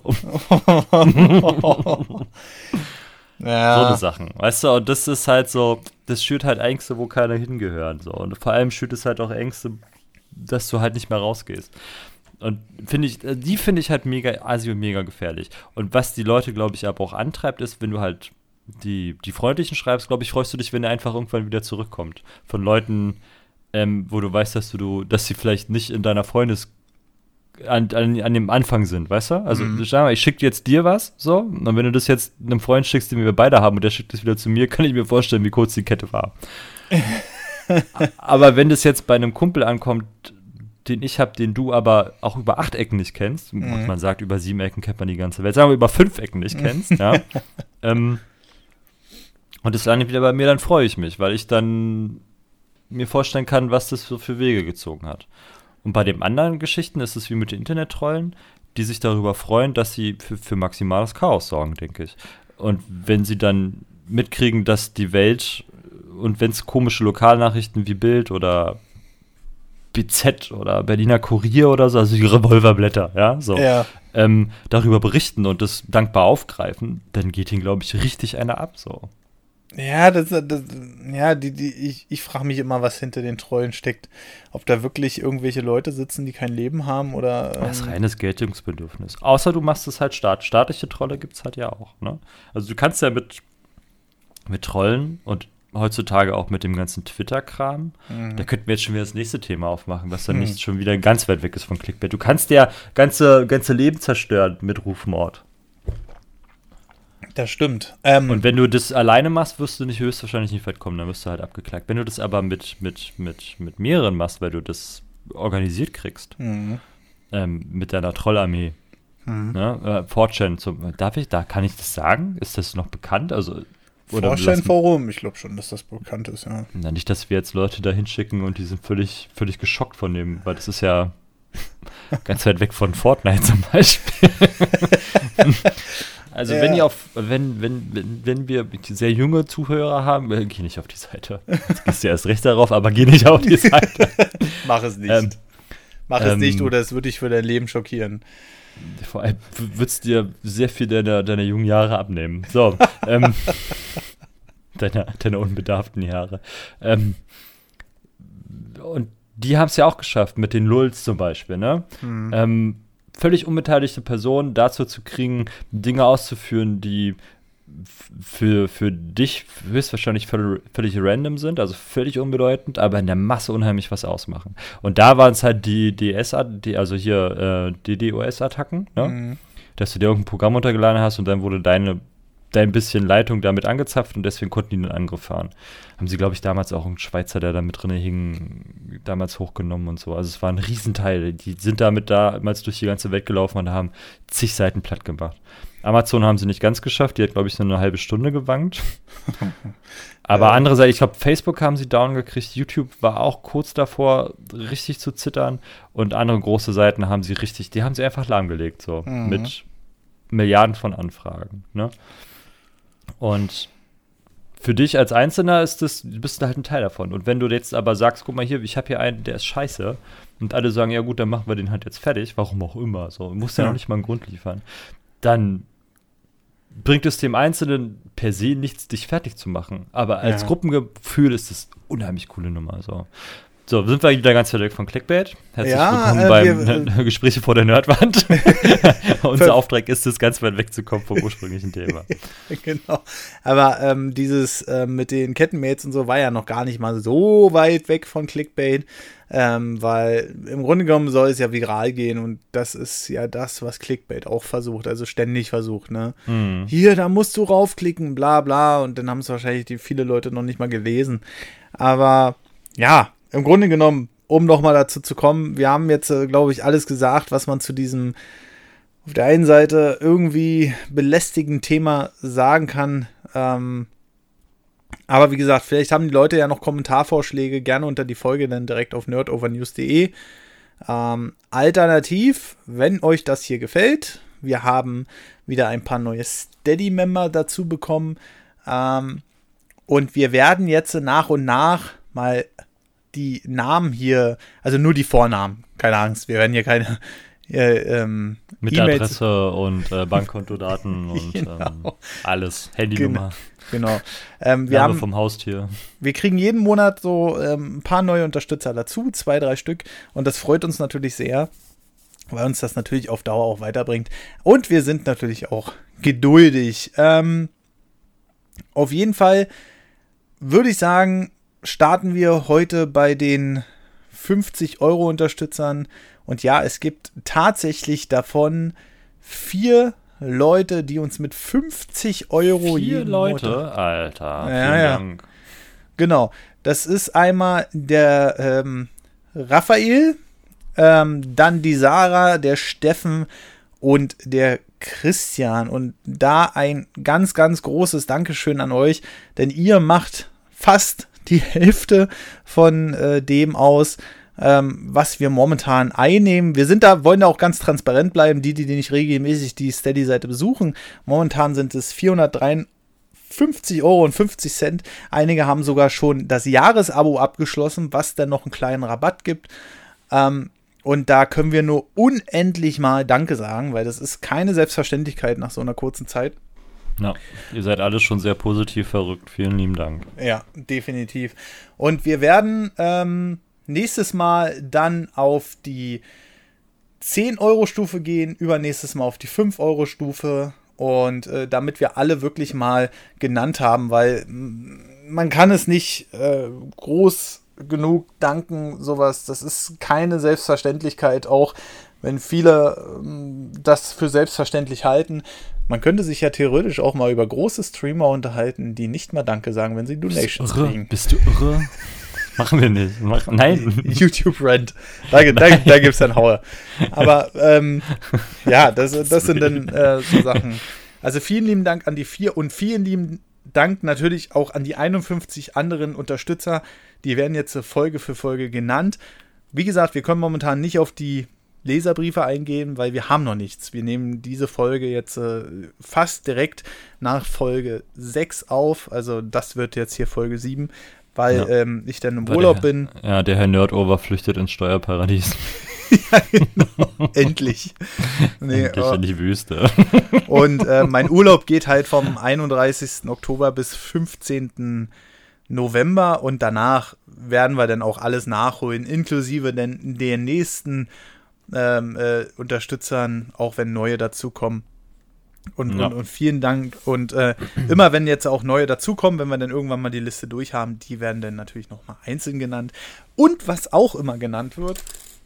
Ja. So eine Sachen, weißt du, und das ist halt so, das schürt halt Ängste, wo keiner hingehört. So. Und vor allem schürt es halt auch Ängste, dass du halt nicht mehr rausgehst. Und die finde ich halt mega assi und mega gefährlich. Und was die Leute, glaube ich, aber auch antreibt, ist, wenn du halt die Freundlichen schreibst, glaube ich, freust du dich, wenn er einfach irgendwann wieder zurückkommt. Von Leuten, wo du weißt, dass sie vielleicht nicht in deiner an dem Anfang sind, weißt du? Also, sag mal, ich schicke jetzt dir was, so, und wenn du das jetzt einem Freund schickst, den wir beide haben, und der schickt es wieder zu mir, kann ich mir vorstellen, wie kurz die Kette war. Aber wenn das jetzt bei einem Kumpel ankommt, den ich habe, den du aber auch über 8 Ecken nicht kennst. Man sagt, über 7 Ecken kennt man die ganze Welt. Sagen wir, über 5 Ecken nicht kennst, ja. Und das landet wieder bei mir, dann freue ich mich, weil ich dann mir vorstellen kann, was das so für Wege gezogen hat. Und bei den anderen Geschichten ist es wie mit den Internet-Trollen, die sich darüber freuen, dass sie für maximales Chaos sorgen, denke ich. Und wenn sie dann mitkriegen, dass die Welt, und wenn es komische Lokalnachrichten wie Bild oder BZ oder Berliner Kurier oder so, also die Revolverblätter, ja, so, darüber berichten und das dankbar aufgreifen, dann geht ihnen, glaube ich, richtig einer ab, so. Ja, ich frage mich immer, was hinter den Trollen steckt. Ob da wirklich irgendwelche Leute sitzen, die kein Leben haben oder. Das ist reines Geltungsbedürfnis. Außer du machst es halt staatliche Trolle gibt es halt ja auch, ne? Also du kannst ja mit Trollen und heutzutage auch mit dem ganzen Twitter-Kram, da könnten wir jetzt schon wieder das nächste Thema aufmachen, was dann nicht schon wieder ganz weit weg ist von Clickbait. Du kannst ja ganze Leben zerstören mit Rufmord. Das stimmt. Und wenn du das alleine machst, wirst du höchstwahrscheinlich nicht weit kommen, dann wirst du halt abgeklagt. Wenn du das aber mit mehreren machst, weil du das organisiert kriegst, mit deiner Trollarmee, ne, 4chan, kann ich das sagen? Ist das noch bekannt? Also 4chan-Forum, ich glaube schon, dass das bekannt ist, ja. Na, nicht, dass wir jetzt Leute da hinschicken und die sind völlig geschockt von dem, weil das ist ja ganz weit weg von Fortnite zum Beispiel. Also wenn wir sehr junge Zuhörer haben, geh nicht auf die Seite. Jetzt gehst du erst recht darauf, aber geh nicht auf die Seite. Mach es nicht. Mach es nicht, oder es würde dich für dein Leben schockieren. Vor allem wird es dir sehr viel deiner jungen Jahre abnehmen. So, deine unbedarften Jahre. Und die haben es ja auch geschafft, mit den Lulz zum Beispiel, ne? Völlig unbeteiligte Personen dazu zu kriegen, Dinge auszuführen, die für dich höchstwahrscheinlich völlig random sind, also völlig unbedeutend, aber in der Masse unheimlich was ausmachen. Und da waren es halt die DDoS-Attacken, ne? Dass du dir irgendein Programm runtergeladen hast und dann wurde dein bisschen Leitung damit angezapft und deswegen konnten die einen Angriff fahren. Haben sie, glaube ich, damals auch einen Schweizer, der da mit drin hing, damals hochgenommen und so. Also es war ein Riesenteil. Die sind damit damals durch die ganze Welt gelaufen und haben zig Seiten platt gemacht. Amazon haben sie nicht ganz geschafft, die hat, glaube ich, nur eine halbe Stunde gewankt. Aber andererseits, ich glaube, Facebook haben sie down gekriegt, YouTube war auch kurz davor, richtig zu zittern und andere große Seiten haben sie einfach lahmgelegt, so, mit Milliarden von Anfragen, ne? Und für dich als Einzelner bist du halt ein Teil davon. Und wenn du jetzt aber sagst, guck mal hier, ich habe hier einen, der ist scheiße, und alle sagen, ja gut, dann machen wir den halt jetzt fertig, warum auch immer, so, musst ja noch nicht mal einen Grund liefern, dann bringt es dem Einzelnen per se nichts, dich fertig zu machen. Aber als Gruppengefühl ist das unheimlich coole Nummer, so. So, sind wir wieder ganz weit weg von Clickbait. Herzlich willkommen beim Gespräche vor der Nerdwand. Unser Auftrag ist es, ganz weit wegzukommen vom ursprünglichen Thema. Genau. Aber dieses mit den Kettenmates und so war ja noch gar nicht mal so weit weg von Clickbait, weil im Grunde genommen soll es ja viral gehen und das ist ja das, was Clickbait auch versucht, also ständig versucht, ne? Hier, da musst du raufklicken, bla bla, und dann haben es wahrscheinlich viele Leute noch nicht mal gelesen. Aber ja, im Grunde genommen, um nochmal dazu zu kommen, wir haben jetzt, glaube ich, alles gesagt, was man zu diesem auf der einen Seite irgendwie belästigenden Thema sagen kann. Aber wie gesagt, vielleicht haben die Leute ja noch Kommentarvorschläge, gerne unter die Folge dann direkt auf nerdovernews.de. Alternativ, wenn euch das hier gefällt, wir haben wieder ein paar neue Steady-Member dazu bekommen. Und wir werden jetzt nach und nach mal die Namen hier, also nur die Vornamen, keine Angst, wir werden hier keine mit E-Mails. Adresse und Bankkontodaten und alles, Handynummer. Genau. Wir haben vom Haustier. Wir kriegen jeden Monat so ein paar neue Unterstützer dazu, 2, 3 Stück, und das freut uns natürlich sehr, weil uns das natürlich auf Dauer auch weiterbringt. Und wir sind natürlich auch geduldig. Auf jeden Fall würde ich sagen, starten wir heute bei den 50 € Unterstützern. Und ja, es gibt tatsächlich davon 4 Leute, die uns mit 50 € 4 Leute? Alter, vielen Dank. Genau, das ist einmal der Raphael, dann die Sarah, der Steffen und der Christian. Und da ein ganz, ganz großes Dankeschön an euch, denn ihr macht fast die Hälfte von dem aus, was wir momentan einnehmen. Wir wollen da auch ganz transparent bleiben, die nicht regelmäßig die Steady-Seite besuchen. Momentan sind es 453,50 €. Einige haben sogar schon das Jahresabo abgeschlossen, was dann noch einen kleinen Rabatt gibt. Und da können wir nur unendlich mal Danke sagen, weil das ist keine Selbstverständlichkeit nach so einer kurzen Zeit. Ja, ihr seid alle schon sehr positiv verrückt. Vielen lieben Dank. Ja, definitiv. Und wir werden nächstes Mal dann auf die 10-Euro-Stufe gehen, übernächstes Mal auf die 5-Euro-Stufe. Und damit wir alle wirklich mal genannt haben, weil man kann es nicht groß genug danken, sowas. Das ist keine Selbstverständlichkeit, auch wenn viele das für selbstverständlich halten. Man könnte sich ja theoretisch auch mal über große Streamer unterhalten, die nicht mal Danke sagen, wenn sie Donations kriegen. Bist du irre? Machen wir nicht. Nein. YouTube-Rant. Da gibt es dann Haue. Aber ja, das sind dann so Sachen. Also vielen lieben Dank an die 4 und vielen lieben Dank natürlich auch an die 51 anderen Unterstützer. Die werden jetzt Folge für Folge genannt. Wie gesagt, wir können momentan nicht auf die Leserbriefe eingehen, weil wir haben noch nichts. Wir nehmen diese Folge jetzt fast direkt nach Folge 6 auf. Also das wird jetzt hier Folge 7, weil ich dann im Urlaub bin. Ja, der Herr Nerdover flüchtet ins Steuerparadies. Ja, genau. Endlich. Nee, Endlich in die Wüste. Und mein Urlaub geht halt vom 31. Oktober bis 15. November und danach werden wir dann auch alles nachholen, inklusive den nächsten Unterstützern, auch wenn neue dazukommen. Und vielen Dank. Und immer wenn jetzt auch neue dazukommen, wenn wir dann irgendwann mal die Liste durch haben, die werden dann natürlich nochmal einzeln genannt. Und was auch immer genannt wird,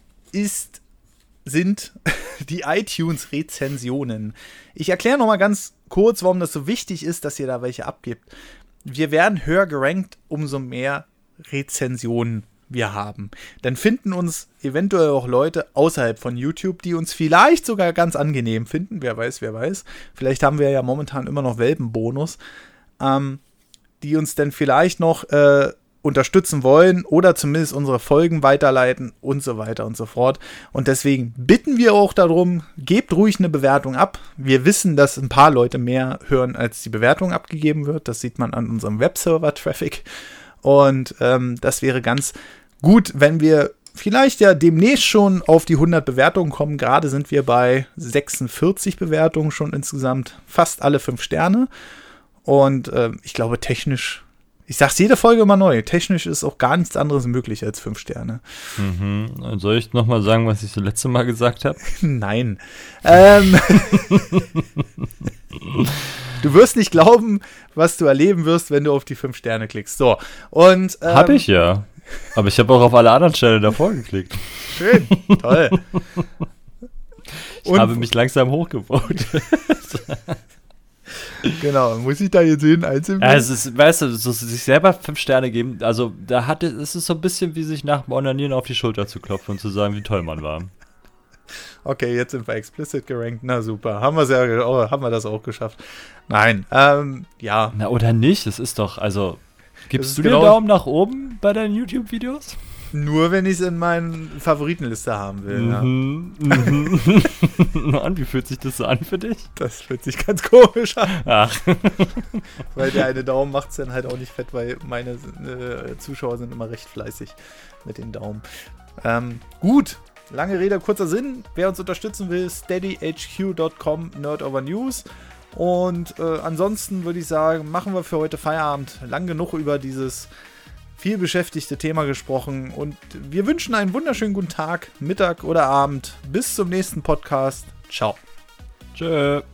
sind die iTunes-Rezensionen. Ich erkläre nochmal ganz kurz, warum das so wichtig ist, dass ihr da welche abgebt. Wir werden höher gerankt, umso mehr Rezensionen wir haben. Dann finden uns eventuell auch Leute außerhalb von YouTube, die uns vielleicht sogar ganz angenehm finden. Wer weiß. Vielleicht haben wir ja momentan immer noch Welpenbonus, die uns dann vielleicht noch unterstützen wollen oder zumindest unsere Folgen weiterleiten und so weiter und so fort. Und deswegen bitten wir auch darum, gebt ruhig eine Bewertung ab. Wir wissen, dass ein paar Leute mehr hören, als die Bewertung abgegeben wird. Das sieht man an unserem Webserver-Traffic. Und das wäre ganz gut, wenn wir vielleicht ja demnächst schon auf die 100 Bewertungen kommen. Gerade sind wir bei 46 Bewertungen schon insgesamt. Fast alle 5 Sterne. Und ich glaube technisch, ich sag's jede Folge immer neu, technisch ist auch gar nichts anderes möglich als 5 Sterne. Mhm. Soll ich nochmal sagen, was ich das letzte Mal gesagt habe? Nein. Du wirst nicht glauben, was du erleben wirst, wenn du auf die 5 Sterne klickst. So, und hab ich ja. Aber ich habe auch auf alle anderen Stellen davor geklickt. Schön, toll. Ich habe mich langsam hochgebaut. Genau, muss ich da jetzt jeden einzelnen? Ja, es ist, weißt du, so sich selber 5 Sterne geben, also es ist so ein bisschen wie sich nach dem Onanieren auf die Schulter zu klopfen und zu sagen, wie toll man war. Okay, jetzt sind wir explicit gerankt, na super, haben wir das auch geschafft. Nein, ja. Na oder nicht, es ist doch, also, gibst du den genau Daumen nach oben bei deinen YouTube-Videos? Nur wenn ich es in meinen Favoritenliste haben will. Mhm. Ja. Und wie fühlt sich das so an für dich? Das fühlt sich ganz komisch an. Ach. Weil der eine Daumen macht es dann halt auch nicht fett, weil meine Zuschauer sind immer recht fleißig mit den Daumen. Gut, lange Rede, kurzer Sinn. Wer uns unterstützen will, steadyhq.com nerdovernews. Und ansonsten würde ich sagen, machen wir für heute Feierabend. Lang genug über dieses viel beschäftigte Thema gesprochen und wir wünschen einen wunderschönen guten Tag, Mittag oder Abend. Bis zum nächsten Podcast. Ciao. Tschö.